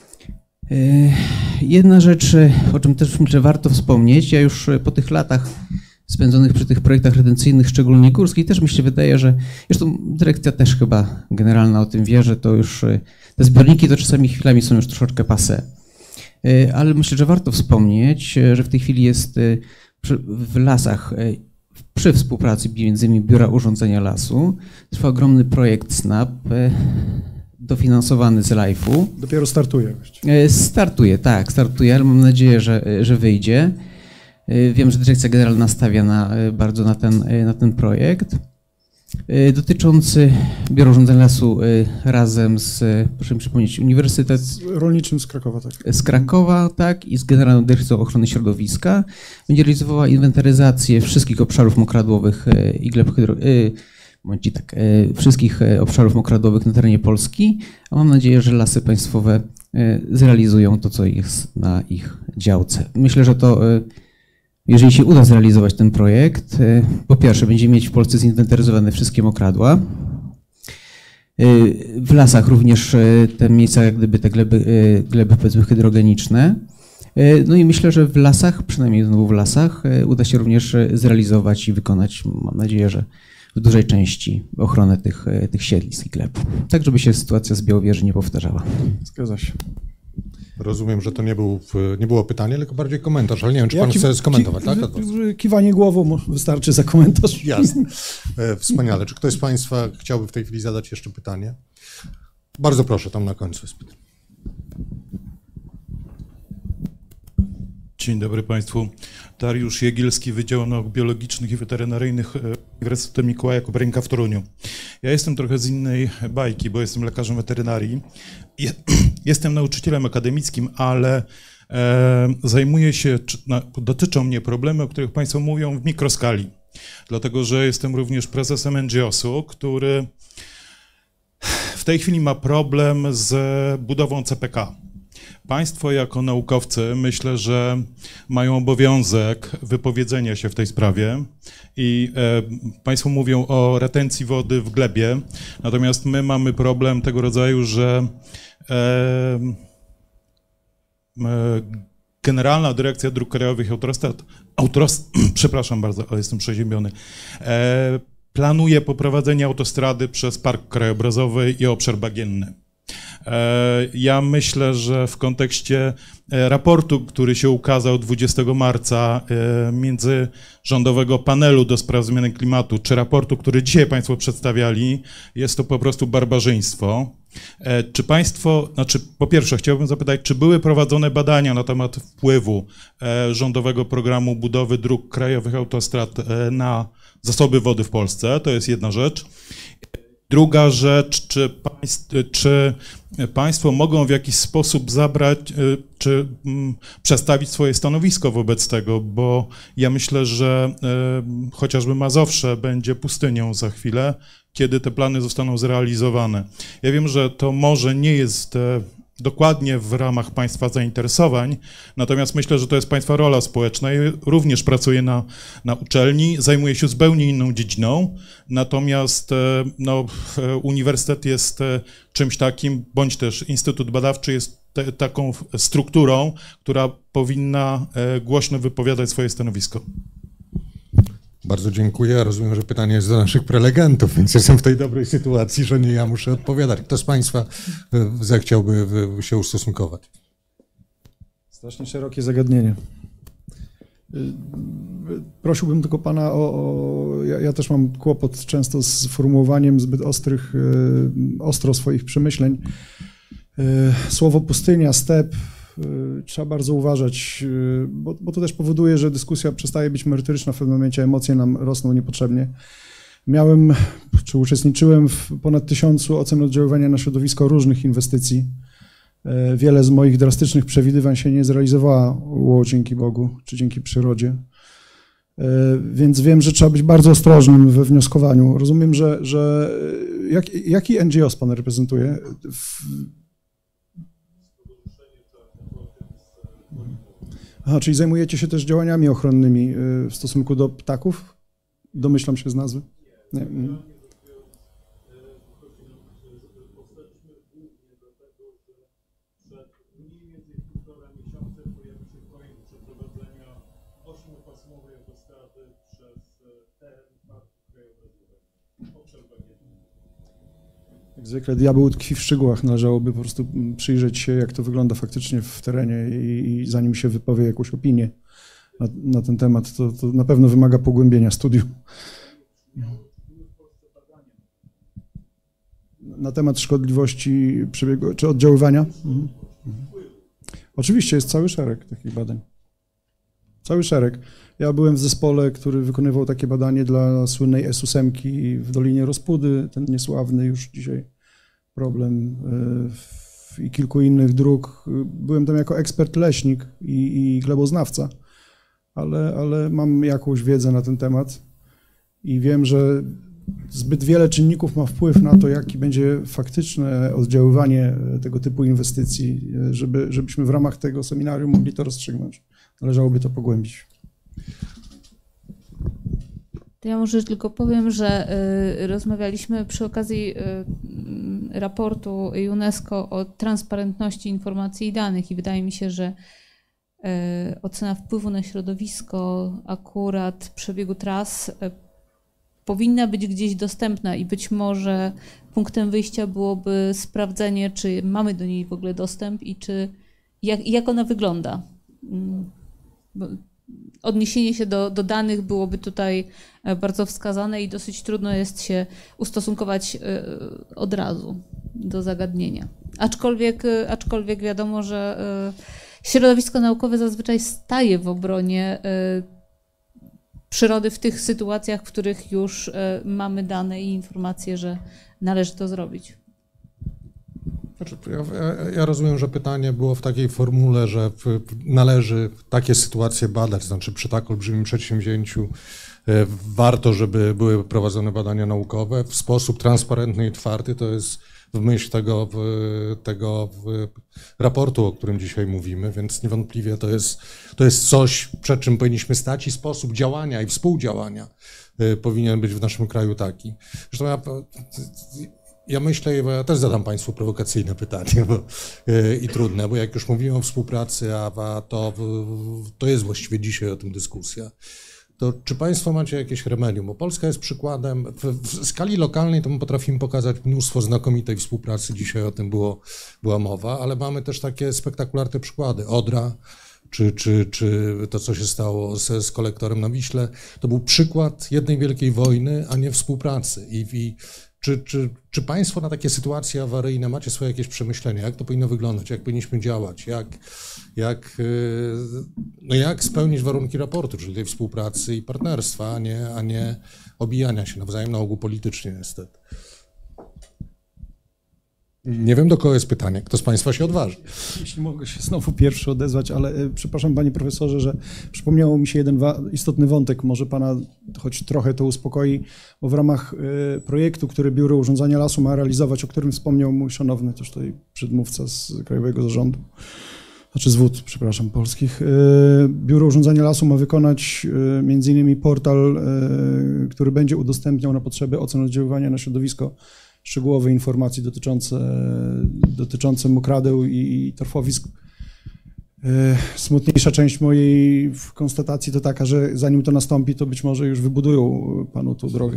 Jedna rzecz, o czym też myślę, że warto wspomnieć, ja już po tych latach spędzonych przy tych projektach retencyjnych, szczególnie górskich, też mi się wydaje, że zresztą dyrekcja też chyba generalna o tym wie, że to już te zbiorniki to czasami chwilami są już troszeczkę passé. Ale myślę, że warto wspomnieć, że w tej chwili jest w lasach przy współpracy między innymi Biura Urządzenia Lasu trwa ogromny projekt SNAP dofinansowany z lajfu. Dopiero startuje właściwie. Startuje, tak, startuje, ale mam nadzieję, że, że wyjdzie. Wiem, że Dyrekcja Generalna stawia na, bardzo na ten, na ten projekt dotyczący Biura Urządzeń Lasu razem z, proszę mi przypomnieć, Uniwersytet Rolniczym z Krakowa, tak. Z Krakowa, tak, i z Generalną Dyrekcją Ochrony Środowiska będzie realizowała inwentaryzację wszystkich obszarów mokradłowych i gleb hydro... Bądź tak, wszystkich obszarów mokradłowych na terenie Polski, a mam nadzieję, że Lasy Państwowe zrealizują to, co jest na ich działce. Myślę, że to, jeżeli się uda zrealizować ten projekt, po pierwsze będziemy mieć w Polsce zinwentaryzowane wszystkie mokradła. W lasach również te miejsca, jak gdyby te gleby, gleby powiedzmy hydrogeniczne. No i myślę, że w lasach, przynajmniej znowu w lasach, uda się również zrealizować i wykonać, mam nadzieję, że w dużej części ochronę tych, tych siedlisk i gleb, tak żeby się sytuacja z Białowieży nie powtarzała. Zgadza się. Rozumiem, że to nie, był, nie było pytanie, tylko bardziej komentarz, ale nie wiem, czy Ja pan ki- chce skomentować, ki- tak? Kiwanie głową wystarczy za komentarz. Jasne. E, Wspaniale. Czy ktoś z Państwa chciałby w tej chwili zadać jeszcze pytanie? Bardzo proszę, tam na końcu jest pytanie. Dzień dobry Państwu. Dariusz Jagielski, Wydział Nauk Biologicznych i Weterynaryjnych Uniwersytetu Mikołaja Kopernika w Toruniu. Ja jestem trochę z innej bajki, bo jestem lekarzem weterynarii. Jestem nauczycielem akademickim, ale e, zajmuję się, czy, na, dotyczą mnie problemy, o których Państwo mówią w mikroskali. Dlatego, że jestem również prezesem N G O S-u, który w tej chwili ma problem z budową C P K. Państwo jako naukowcy myślę, że mają obowiązek wypowiedzenia się w tej sprawie i e, Państwo mówią o retencji wody w glebie, natomiast my mamy problem tego rodzaju, że e, e, Generalna Dyrekcja Dróg Krajowych i Autostrad, autostrad przepraszam bardzo, ale jestem przeziębiony, e, planuje poprowadzenie autostrady przez Park Krajobrazowy i obszar bagienny. Ja myślę, że w kontekście raportu, który się ukazał dwudziestego marca międzyrządowego panelu do spraw zmiany klimatu, czy raportu, który dzisiaj Państwo przedstawiali, jest to po prostu barbarzyństwo. Czy Państwo, znaczy po pierwsze chciałbym zapytać, czy były prowadzone badania na temat wpływu rządowego programu budowy dróg krajowych autostrad na zasoby wody w Polsce? To jest jedna rzecz. Druga rzecz, czy, państw, czy Państwo mogą w jakiś sposób zabrać, czy mm, przedstawić swoje stanowisko wobec tego, bo ja myślę, że y, chociażby Mazowsze będzie pustynią za chwilę, kiedy te plany zostaną zrealizowane. Ja wiem, że to może nie jest y, dokładnie w ramach Państwa zainteresowań, natomiast myślę, że to jest Państwa rola społeczna. Ja również pracuję na, na uczelni, zajmuję się zupełnie inną dziedziną, natomiast no, uniwersytet jest czymś takim, bądź też Instytut Badawczy jest te, taką strukturą, która powinna głośno wypowiadać swoje stanowisko. Bardzo dziękuję. Rozumiem, że pytanie jest do naszych prelegentów, więc jestem w tej dobrej sytuacji, że nie ja muszę odpowiadać. Kto z Państwa zechciałby się ustosunkować? Strasznie szerokie zagadnienie. Prosiłbym tylko Pana o... o ja, ja też mam kłopot często z formułowaniem zbyt ostrych, ostro swoich przemyśleń. Słowo pustynia, step, trzeba bardzo uważać, bo, bo to też powoduje, że dyskusja przestaje być merytoryczna, w pewnym momencie emocje nam rosną niepotrzebnie. Miałem, czy uczestniczyłem w ponad tysiącu ocen oddziaływania na środowisko różnych inwestycji. Wiele z moich drastycznych przewidywań się nie zrealizowało dzięki Bogu, czy dzięki przyrodzie. Więc wiem, że trzeba być bardzo ostrożnym we wnioskowaniu. Rozumiem, że, że jak, jaki N G O S Pan reprezentuje? W... Aha, czyli zajmujecie się też działaniami ochronnymi w stosunku do ptaków? Domyślam się z nazwy. Nie. Jak zwykle diabeł tkwi w szczegółach, należałoby po prostu przyjrzeć się, jak to wygląda faktycznie w terenie i, i zanim się wypowie jakąś opinię na, na ten temat, to, to na pewno wymaga pogłębienia studium. Na temat szkodliwości przebiegu, czy oddziaływania? Mhm. Mhm. Oczywiście jest cały szereg takich badań. cały szereg. Ja byłem w zespole, który wykonywał takie badanie dla słynnej S ósem w Dolinie Rospudy, ten niesławny już dzisiaj problem y, i kilku innych dróg. Byłem tam jako ekspert leśnik i, i gleboznawca, ale, ale mam jakąś wiedzę na ten temat i wiem, że zbyt wiele czynników ma wpływ na to, jaki będzie faktyczne oddziaływanie tego typu inwestycji, żeby, żebyśmy w ramach tego seminarium mogli to rozstrzygnąć. Należałoby to pogłębić. To ja może tylko powiem, że y, rozmawialiśmy przy okazji y, raportu UNESCO o transparentności informacji i danych i wydaje mi się, że y, ocena wpływu na środowisko akurat przebiegu tras y, powinna być gdzieś dostępna i być może punktem wyjścia byłoby sprawdzenie, czy mamy do niej w ogóle dostęp i czy, jak, jak ona wygląda. Bo odniesienie się do, do danych byłoby tutaj bardzo wskazane i dosyć trudno jest się ustosunkować od razu do zagadnienia. Aczkolwiek, aczkolwiek wiadomo, że środowisko naukowe zazwyczaj staje w obronie przyrody w tych sytuacjach, w których już mamy dane i informacje, że należy to zrobić. Znaczy, ja, ja rozumiem, że pytanie było w takiej formule, że należy takie sytuacje badać, znaczy przy tak olbrzymim przedsięwzięciu warto, żeby były prowadzone badania naukowe w sposób transparentny i otwarty. To jest w myśl tego, tego raportu, o którym dzisiaj mówimy, więc niewątpliwie to jest, to jest coś, przed czym powinniśmy stać i sposób działania i współdziałania powinien być w naszym kraju taki. Zresztą ja, ja myślę, bo ja też zadam Państwu prowokacyjne pytanie bo, i trudne, bo jak już mówimy o współpracy, a, a to, to jest właściwie dzisiaj o tym dyskusja. To czy Państwo macie jakieś remedium? Bo Polska jest przykładem, w, w skali lokalnej to my potrafimy pokazać mnóstwo znakomitej współpracy, dzisiaj o tym było, była mowa, ale mamy też takie spektakularne przykłady. Odra, czy, czy, czy to, co się stało z, z kolektorem na Wiśle, to był przykład jednej wielkiej wojny, a nie współpracy. I, i czy, czy, czy Państwo na takie sytuacje awaryjne macie swoje jakieś przemyślenia? Jak to powinno wyglądać? Jak powinniśmy działać? Jak, jak, no jak spełnić warunki raportu, czyli tej współpracy i partnerstwa, a nie, a nie obijania się nawzajem, na ogół politycznie niestety. Nie wiem, do kogo jest pytanie. Kto z Państwa się odważy? Jeśli mogę się znowu pierwszy odezwać, ale y, przepraszam Panie Profesorze, że przypomniało mi się jeden istotny wątek, może Pana choć trochę to uspokoi, bo w ramach y, projektu, który Biuro Urządzania Lasu ma realizować, o którym wspomniał mój szanowny też tutaj przedmówca z Krajowego Zarządu, znaczy z wód, przepraszam, polskich. Y, Biuro Urządzania Lasu ma wykonać y, między innymi portal, y, który będzie udostępniał na potrzeby ocen oddziaływania na środowisko szczegółowe informacje dotyczące, dotyczące mokradeł i, i torfowisk. Smutniejsza część mojej konstatacji to taka, że zanim to nastąpi, to być może już wybudują Panu tą drogę.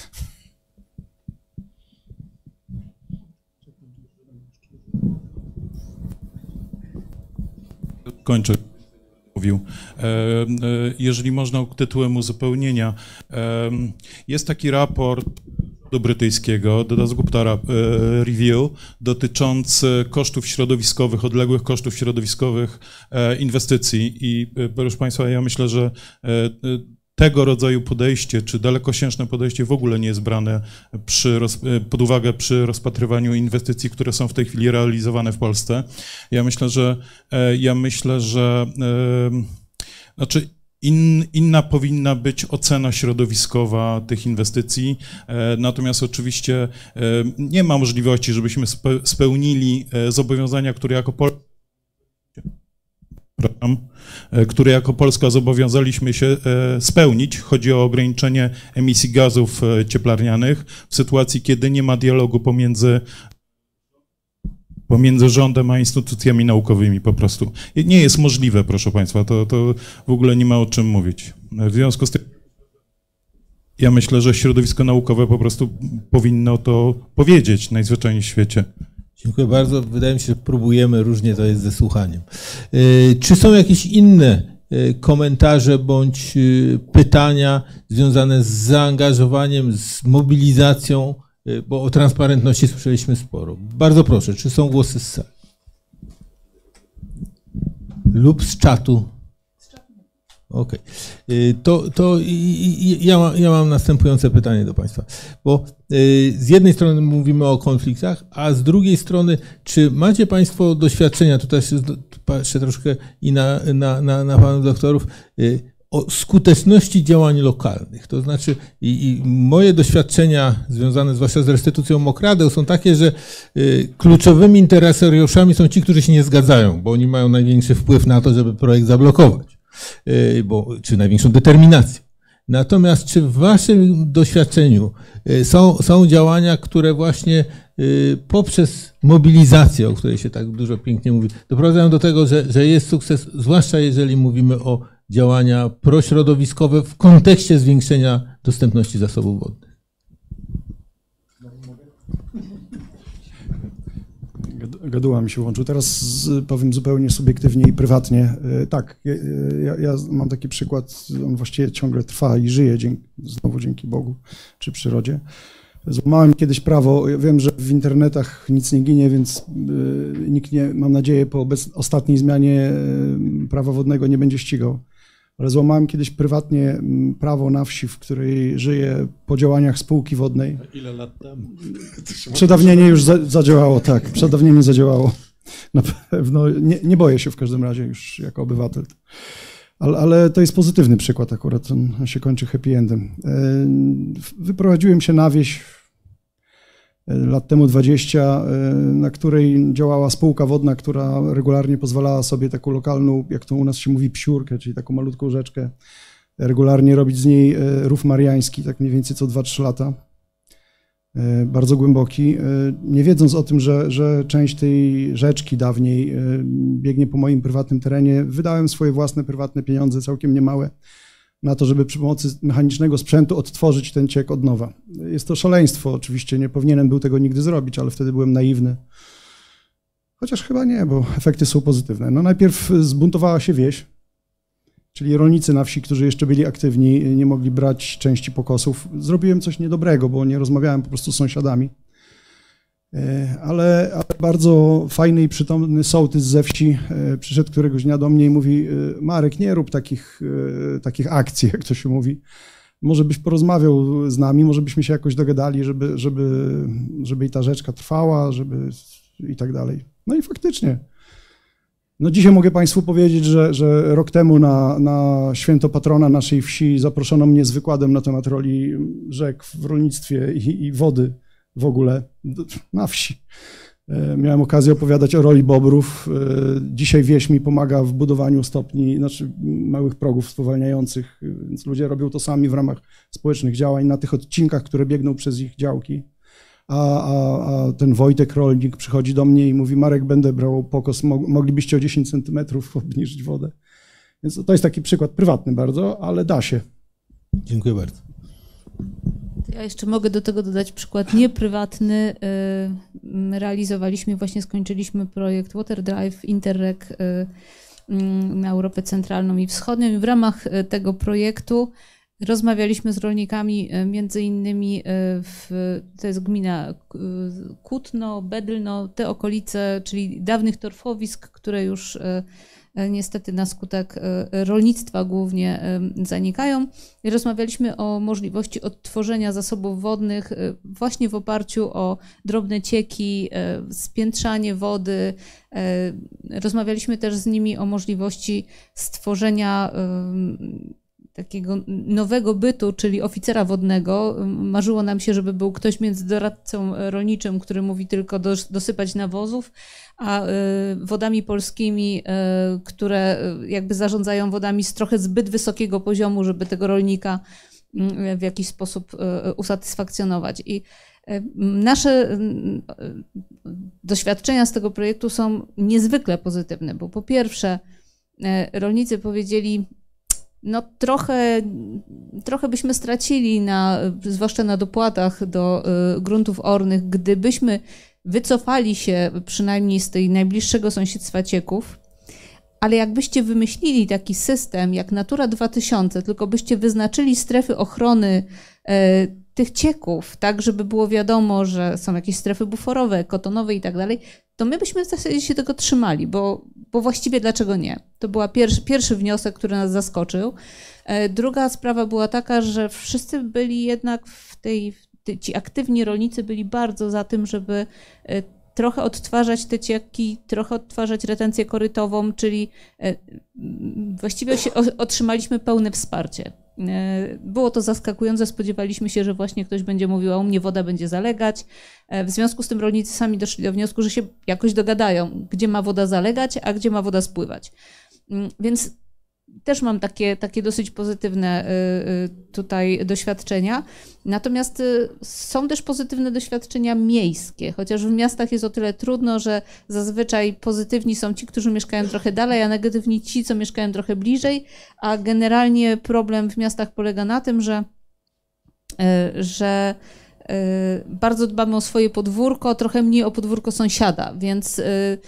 Kończę. Mówił. Jeżeli można tytułem uzupełnienia, jest taki raport do brytyjskiego, do Dasgupta Review, dotyczący kosztów środowiskowych, odległych kosztów środowiskowych inwestycji i proszę Państwa, ja myślę, że tego rodzaju podejście, czy dalekosiężne podejście w ogóle nie jest brane przy, pod uwagę przy rozpatrywaniu inwestycji, które są w tej chwili realizowane w Polsce. Ja myślę, że ja myślę, że znaczy In, inna powinna być ocena środowiskowa tych inwestycji, e, natomiast oczywiście e, nie ma możliwości, żebyśmy spe, spełnili e, zobowiązania, które jako Polska, e, które jako Polska zobowiązaliśmy się e, spełnić. Chodzi o ograniczenie emisji gazów e, cieplarnianych w sytuacji, kiedy nie ma dialogu pomiędzy pomiędzy rządem a instytucjami naukowymi po prostu. Nie jest możliwe, proszę Państwa, to, to w ogóle nie ma o czym mówić. W związku z tym ja myślę, że środowisko naukowe po prostu powinno to powiedzieć najzwyczajniej w świecie. Dziękuję bardzo. Wydaje mi się, że próbujemy, różnie to jest ze słuchaniem. Czy są jakieś inne komentarze bądź pytania związane z zaangażowaniem, z mobilizacją, bo o transparentności słyszeliśmy sporo. Bardzo proszę, czy są głosy z sali? Lub z czatu? Okej. Okay. To, to ja, mam, ja mam następujące pytanie do Państwa, bo z jednej strony mówimy o konfliktach, a z drugiej strony, czy macie Państwo doświadczenia, tutaj patrzę troszkę i na, na, na, na Panów doktorów, o skuteczności działań lokalnych. To znaczy i, i moje doświadczenia związane zwłaszcza z restytucją mokradeł są takie, że y, kluczowymi interesariuszami są ci, którzy się nie zgadzają, bo oni mają największy wpływ na to, żeby projekt zablokować, y, bo, czy największą determinację. Natomiast czy w waszym doświadczeniu y, są, są działania, które właśnie y, poprzez mobilizację, o której się tak dużo pięknie mówi, doprowadzają do tego, że, że jest sukces, zwłaszcza jeżeli mówimy o działania prośrodowiskowe w kontekście zwiększenia dostępności zasobów wodnych? Gaduła mi się łączył. Teraz z, powiem zupełnie subiektywnie i prywatnie. Tak, ja, ja mam taki przykład, on właściwie ciągle trwa i żyje, dzięki, znowu dzięki Bogu czy przyrodzie. Złamałem kiedyś prawo, ja wiem, że w internetach nic nie ginie, więc nikt nie, mam nadzieję, po obec, ostatniej zmianie prawa wodnego nie będzie ścigał. Ale złamałem kiedyś prywatnie prawo na wsi, w której żyję po działaniach spółki wodnej. Ile lat temu? Przedawnienie już za, zadziałało, tak, przedawnienie zadziałało. Na pewno, nie, nie boję się w każdym razie już jako obywatel. Ale, ale to jest pozytywny przykład akurat, on, on się kończy happy endem. Wyprowadziłem się na wieś lat temu dwadzieścia, na której działała spółka wodna, która regularnie pozwalała sobie taką lokalną, jak to u nas się mówi, psiurkę, czyli taką malutką rzeczkę, regularnie robić z niej rów mariański, tak mniej więcej co dwa trzy lata. Bardzo głęboki, nie wiedząc o tym, że, że część tej rzeczki dawniej biegnie po moim prywatnym terenie, wydałem swoje własne prywatne pieniądze, całkiem niemałe, na to, żeby przy pomocy mechanicznego sprzętu odtworzyć ten ciek od nowa. Jest to szaleństwo, oczywiście, nie powinienem był tego nigdy zrobić, ale wtedy byłem naiwny. Chociaż chyba nie, bo efekty są pozytywne. No najpierw zbuntowała się wieś, czyli rolnicy na wsi, którzy jeszcze byli aktywni, nie mogli brać części pokosów. Zrobiłem coś niedobrego, bo nie rozmawiałem po prostu z sąsiadami. Ale, ale bardzo fajny i przytomny sołtys ze wsi przyszedł któregoś dnia do mnie i mówi: Marek, nie rób takich, takich akcji, jak to się mówi. Może byś porozmawiał z nami, może byśmy się jakoś dogadali, żeby, żeby, żeby i ta rzeczka trwała, żeby i tak dalej. No i faktycznie. No dzisiaj mogę Państwu powiedzieć, że, że rok temu na, na święto patrona naszej wsi zaproszono mnie z wykładem na temat roli rzek w rolnictwie i, i wody w ogóle na wsi. Miałem okazję opowiadać o roli bobrów. Dzisiaj wieś mi pomaga w budowaniu stopni, znaczy małych progów spowalniających, więc ludzie robią to sami w ramach społecznych działań na tych odcinkach, które biegną przez ich działki. A, a, a ten Wojtek, rolnik, przychodzi do mnie i mówi: Marek, będę brał pokos, moglibyście o dziesięć centymetrów obniżyć wodę. Więc to jest taki przykład prywatny bardzo, ale da się. Dziękuję bardzo. Ja jeszcze mogę do tego dodać przykład nieprywatny. Realizowaliśmy, właśnie skończyliśmy projekt Water Drive Interreg na Europę Centralną i Wschodnią i w ramach tego projektu rozmawialiśmy z rolnikami, między innymi w, to jest gmina Kutno, Bedlno, te okolice, czyli dawnych torfowisk, które już niestety na skutek rolnictwa głównie zanikają. I rozmawialiśmy o możliwości odtworzenia zasobów wodnych właśnie w oparciu o drobne cieki, spiętrzanie wody. Rozmawialiśmy też z nimi o możliwości stworzenia takiego nowego bytu, czyli oficera wodnego. Marzyło nam się, żeby był ktoś między doradcą rolniczym, który mówi tylko dosypać nawozów, a wodami polskimi, które jakby zarządzają wodami z trochę zbyt wysokiego poziomu, żeby tego rolnika w jakiś sposób usatysfakcjonować. I nasze doświadczenia z tego projektu są niezwykle pozytywne, bo po pierwsze rolnicy powiedzieli: no trochę, trochę byśmy stracili, na, zwłaszcza na dopłatach do y, gruntów ornych, gdybyśmy wycofali się przynajmniej z tej najbliższego sąsiedztwa cieków, ale jakbyście wymyślili taki system jak Natura dwa tysiące, tylko byście wyznaczyli strefy ochrony y, tych cieków, tak żeby było wiadomo, że są jakieś strefy buforowe, kotonowe i tak dalej, to my byśmy w zasadzie się tego trzymali, bo, bo właściwie dlaczego nie? To był pierwszy, pierwszy wniosek, który nas zaskoczył. Druga sprawa była taka, że wszyscy byli jednak w tej, ci aktywni rolnicy byli bardzo za tym, żeby trochę odtwarzać te cieki, trochę odtwarzać retencję korytową, czyli właściwie otrzymaliśmy pełne wsparcie. Było to zaskakujące, spodziewaliśmy się, że właśnie ktoś będzie mówił, a u mnie woda będzie zalegać. W związku z tym rolnicy sami doszli do wniosku, że się jakoś dogadają, gdzie ma woda zalegać, a gdzie ma woda spływać. Więc też mam takie, takie dosyć pozytywne tutaj doświadczenia. Natomiast są też pozytywne doświadczenia miejskie, chociaż w miastach jest o tyle trudno, że zazwyczaj pozytywni są ci, którzy mieszkają trochę dalej, a negatywni ci, co mieszkają trochę bliżej, a generalnie problem w miastach polega na tym, że, że bardzo dbamy o swoje podwórko, trochę mniej o podwórko sąsiada, więc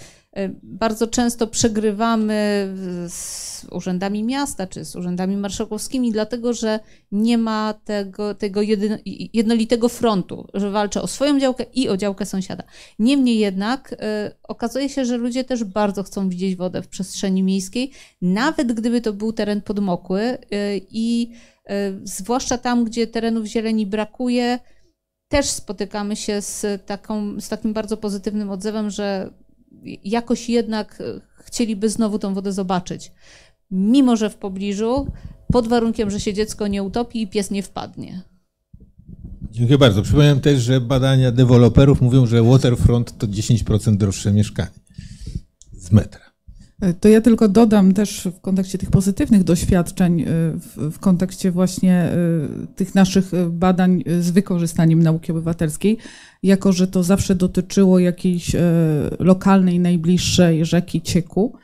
bardzo często przegrywamy z urzędami miasta czy z urzędami marszałkowskimi, dlatego że nie ma tego, tego jednolitego frontu, że walczę o swoją działkę i o działkę sąsiada. Niemniej jednak y, okazuje się, że ludzie też bardzo chcą widzieć wodę w przestrzeni miejskiej, nawet gdyby to był teren podmokły y, i y, zwłaszcza tam, gdzie terenów zieleni brakuje, też spotykamy się z, taką, z takim bardzo pozytywnym odzewem, że jakoś jednak chcieliby znowu tą wodę zobaczyć. Mimo że w pobliżu, pod warunkiem, że się dziecko nie utopi i pies nie wpadnie. Dziękuję bardzo. Przypomniałem też, że badania deweloperów mówią, że waterfront to dziesięć procent droższe mieszkanie z metra. To ja tylko dodam też w kontekście tych pozytywnych doświadczeń, w, w kontekście właśnie tych naszych badań z wykorzystaniem nauki obywatelskiej, jako że to zawsze dotyczyło jakiejś lokalnej, najbliższej rzeki, cieku,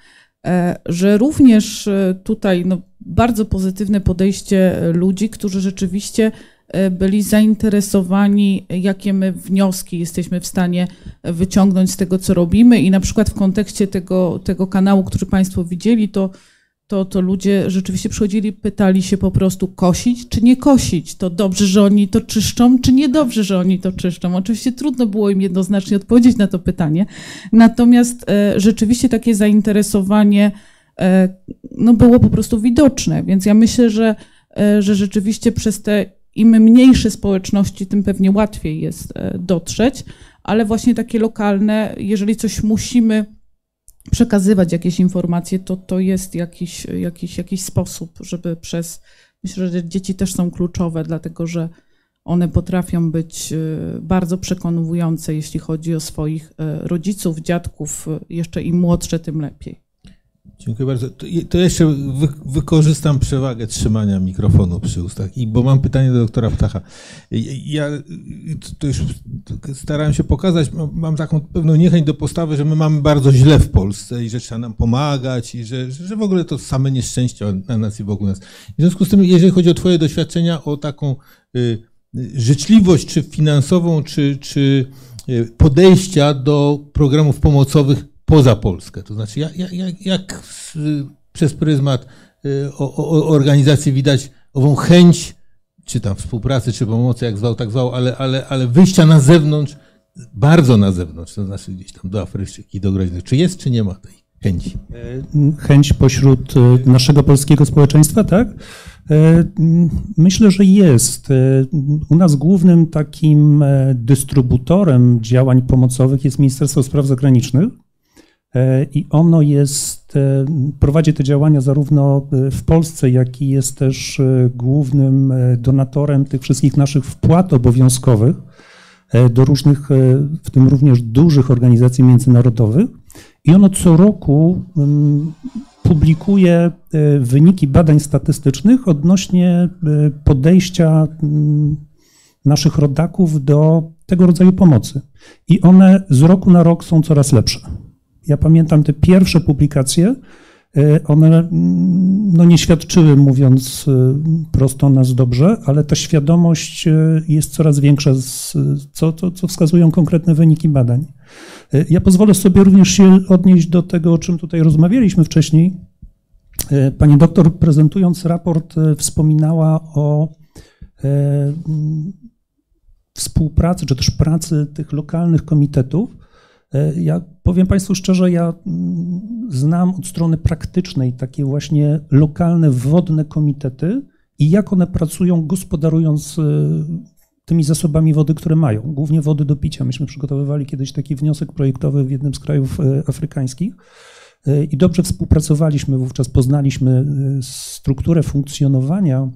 że również tutaj no, bardzo pozytywne podejście ludzi, którzy rzeczywiście byli zainteresowani, jakie my wnioski jesteśmy w stanie wyciągnąć z tego, co robimy i na przykład w kontekście tego, tego kanału, który Państwo widzieli, to, to, to ludzie rzeczywiście przychodzili, pytali się po prostu kosić czy nie kosić, to dobrze, że oni to czyszczą, czy niedobrze, że oni to czyszczą. Oczywiście trudno było im jednoznacznie odpowiedzieć na to pytanie, natomiast e, rzeczywiście takie zainteresowanie e, no, było po prostu widoczne, więc ja myślę, że, e, że rzeczywiście przez te im mniejsze społeczności, tym pewnie łatwiej jest dotrzeć, ale właśnie takie lokalne, jeżeli coś musimy przekazywać, jakieś informacje, to to jest jakiś, jakiś, jakiś sposób, żeby przez, myślę, że dzieci też są kluczowe, dlatego że one potrafią być bardzo przekonujące, jeśli chodzi o swoich rodziców, dziadków, jeszcze im młodsze, tym lepiej. Dziękuję bardzo. To, to jeszcze wy, wykorzystam przewagę trzymania mikrofonu przy ustach, i bo mam pytanie do doktora Ptacha. Ja to już starałem się pokazać, mam taką pewną niechęć do postawy, że my mamy bardzo źle w Polsce i że trzeba nam pomagać i że, że w ogóle to same nieszczęścia na nas i wokół nas. W związku z tym, jeżeli chodzi o twoje doświadczenia, o taką y, życzliwość, czy finansową, czy, czy podejścia do programów pomocowych poza Polskę, to znaczy jak, jak, jak przez pryzmat o, o, organizacji widać ową chęć, czy tam współpracy, czy pomocy, jak zwał, tak zwał, ale, ale, ale wyjścia na zewnątrz, bardzo na zewnątrz, to znaczy gdzieś tam do Afryki, do Groźnych. Czy jest, czy nie ma tej chęci? Chęć pośród naszego polskiego społeczeństwa, tak? Myślę, że jest. U nas głównym takim dystrybutorem działań pomocowych jest Ministerstwo Spraw Zagranicznych. I ono jest, prowadzi te działania zarówno w Polsce, jak i jest też głównym donatorem tych wszystkich naszych wpłat obowiązkowych do różnych, w tym również dużych organizacji międzynarodowych. I ono co roku publikuje wyniki badań statystycznych odnośnie podejścia naszych rodaków do tego rodzaju pomocy. I one z roku na rok są coraz lepsze. Ja pamiętam te pierwsze publikacje, one no nie świadczyły, mówiąc prosto, o nas dobrze, ale ta świadomość jest coraz większa, co, co, co wskazują konkretne wyniki badań. Ja pozwolę sobie również się odnieść do tego, o czym tutaj rozmawialiśmy wcześniej. Pani doktor, prezentując raport, wspominała o współpracy, czy też pracy tych lokalnych komitetów Ja powiem Państwu szczerze, ja znam od strony praktycznej takie właśnie lokalne wodne komitety i jak one pracują, gospodarując tymi zasobami wody, które mają, głównie wody do picia. Myśmy przygotowywali kiedyś taki wniosek projektowy w jednym z krajów afrykańskich i dobrze współpracowaliśmy, wówczas poznaliśmy strukturę funkcjonowania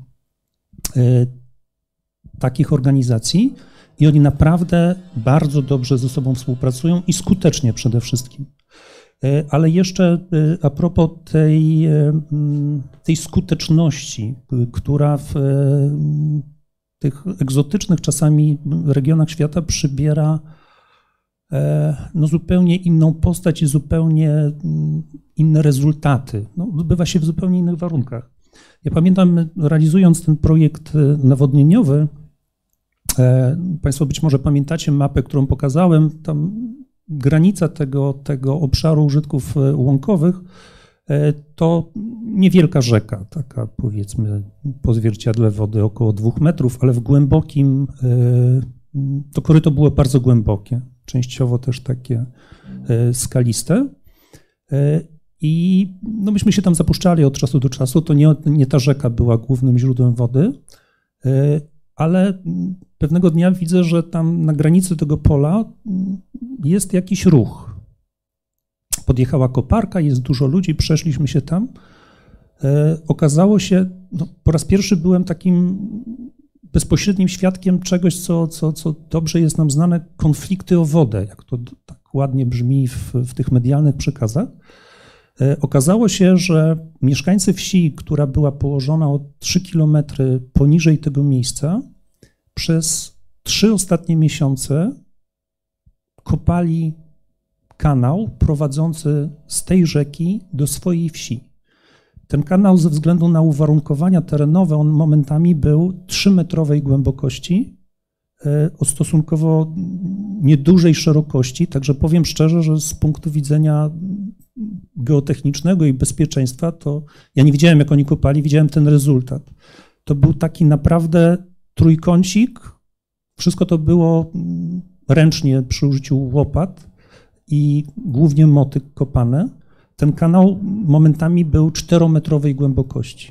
takich organizacji i oni naprawdę bardzo dobrze ze sobą współpracują i skutecznie przede wszystkim. Ale jeszcze a propos tej, tej skuteczności, która w tych egzotycznych czasami regionach świata przybiera no, zupełnie inną postać i zupełnie inne rezultaty. No, odbywa się w zupełnie innych warunkach. Ja pamiętam, realizując ten projekt nawodnieniowy, Państwo być może pamiętacie mapę, którą pokazałem, tam granica tego, tego obszaru użytków łąkowych to niewielka rzeka, taka powiedzmy po zwierciadle wody około dwóch metrów, ale w głębokim, to koryto było bardzo głębokie, częściowo też takie skaliste. I no myśmy się tam zapuszczali od czasu do czasu, to nie, nie ta rzeka była głównym źródłem wody, ale pewnego dnia widzę, że tam na granicy tego pola jest jakiś ruch. Podjechała koparka, jest dużo ludzi, przeszliśmy się tam. E, okazało się, no, po raz pierwszy byłem takim bezpośrednim świadkiem czegoś, co, co, co dobrze jest nam znane, konflikty o wodę, jak to tak ładnie brzmi w, w tych medialnych przekazach. E, okazało się, że mieszkańcy wsi, która była położona o trzy kilometry poniżej tego miejsca, przez trzy ostatnie miesiące kopali kanał prowadzący z tej rzeki do swojej wsi. Ten kanał ze względu na uwarunkowania terenowe, on momentami był trzymetrowej głębokości, o stosunkowo niedużej szerokości, także powiem szczerze, że z punktu widzenia geotechnicznego i bezpieczeństwa, to ja nie widziałem, jak oni kopali, widziałem ten rezultat. To był taki naprawdę trójkącik, wszystko to było ręcznie przy użyciu łopat i głównie motyk kopane. Ten kanał momentami był czterometrowej głębokości.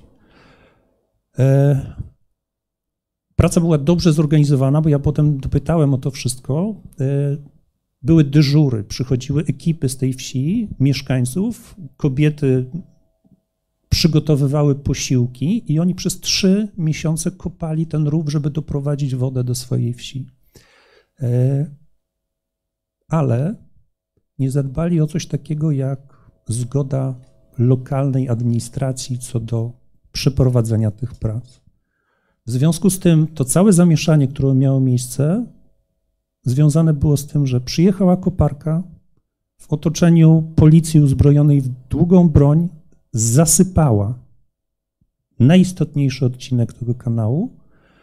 Praca była dobrze zorganizowana, bo ja potem dopytałem o to wszystko. Były dyżury, przychodziły ekipy z tej wsi, mieszkańców, kobiety przygotowywały posiłki i oni przez trzy miesiące kopali ten rów, żeby doprowadzić wodę do swojej wsi. Ale nie zadbali o coś takiego jak zgoda lokalnej administracji co do przeprowadzenia tych prac. W związku z tym to całe zamieszanie, które miało miejsce, związane było z tym, że przyjechała koparka w otoczeniu policji uzbrojonej w długą broń, zasypała najistotniejszy odcinek tego kanału.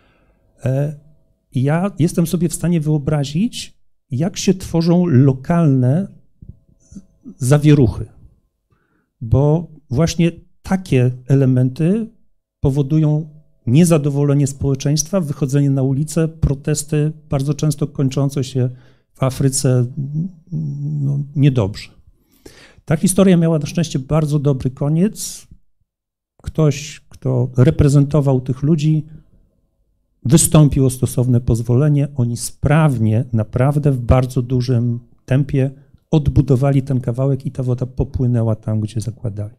Ja jestem sobie w stanie wyobrazić, jak się tworzą lokalne zawieruchy, bo właśnie takie elementy powodują niezadowolenie społeczeństwa, wychodzenie na ulicę, protesty, bardzo często kończące się w Afryce no, niedobrze. Ta historia miała na szczęście bardzo dobry koniec. Ktoś, kto reprezentował tych ludzi, wystąpił o stosowne pozwolenie. Oni sprawnie, naprawdę w bardzo dużym tempie odbudowali ten kawałek i ta woda popłynęła tam, gdzie zakładali.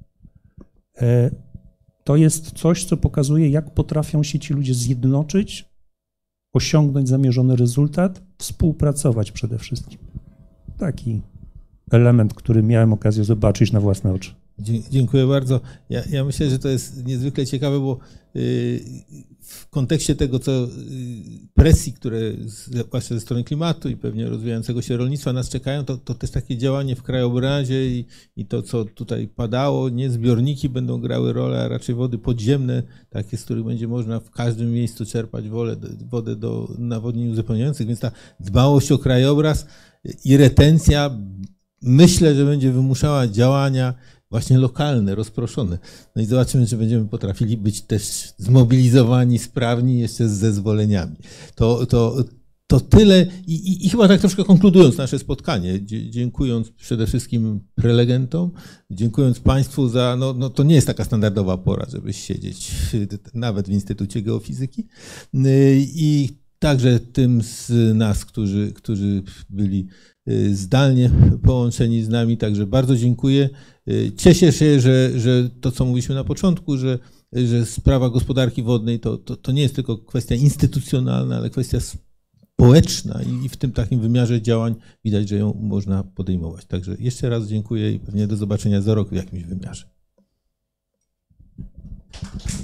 To jest coś, co pokazuje, jak potrafią się ci ludzie zjednoczyć, osiągnąć zamierzony rezultat, współpracować przede wszystkim. Taki element, który miałem okazję zobaczyć na własne oczy. Dziękuję bardzo. Ja, ja myślę, że to jest niezwykle ciekawe, bo w kontekście tego, co presji, które zwłaszcza ze strony klimatu i pewnie rozwijającego się rolnictwa nas czekają, to, to też takie działanie w krajobrazie i, i to, co tutaj padało, nie zbiorniki będą grały rolę, a raczej wody podziemne, takie, z których będzie można w każdym miejscu czerpać wodę, wodę do nawodnień uzupełniających, więc ta dbałość o krajobraz i retencja, myślę, że będzie wymuszała działania właśnie lokalne, rozproszone. No i zobaczymy, czy będziemy potrafili być też zmobilizowani, sprawni jeszcze z zezwoleniami. To, to, to tyle i, i, i chyba tak troszkę konkludując nasze spotkanie, dziękując przede wszystkim prelegentom, dziękując Państwu za, no, no to nie jest taka standardowa pora, żeby siedzieć nawet w Instytucie Geofizyki i także tym z nas, którzy, którzy byli zdalnie połączeni z nami, także bardzo dziękuję. Cieszę się, że, że to, co mówiliśmy na początku, że, że sprawa gospodarki wodnej to, to, to nie jest tylko kwestia instytucjonalna, ale kwestia społeczna i w tym takim wymiarze działań widać, że ją można podejmować. Także jeszcze raz dziękuję i pewnie do zobaczenia za rok w jakimś wymiarze.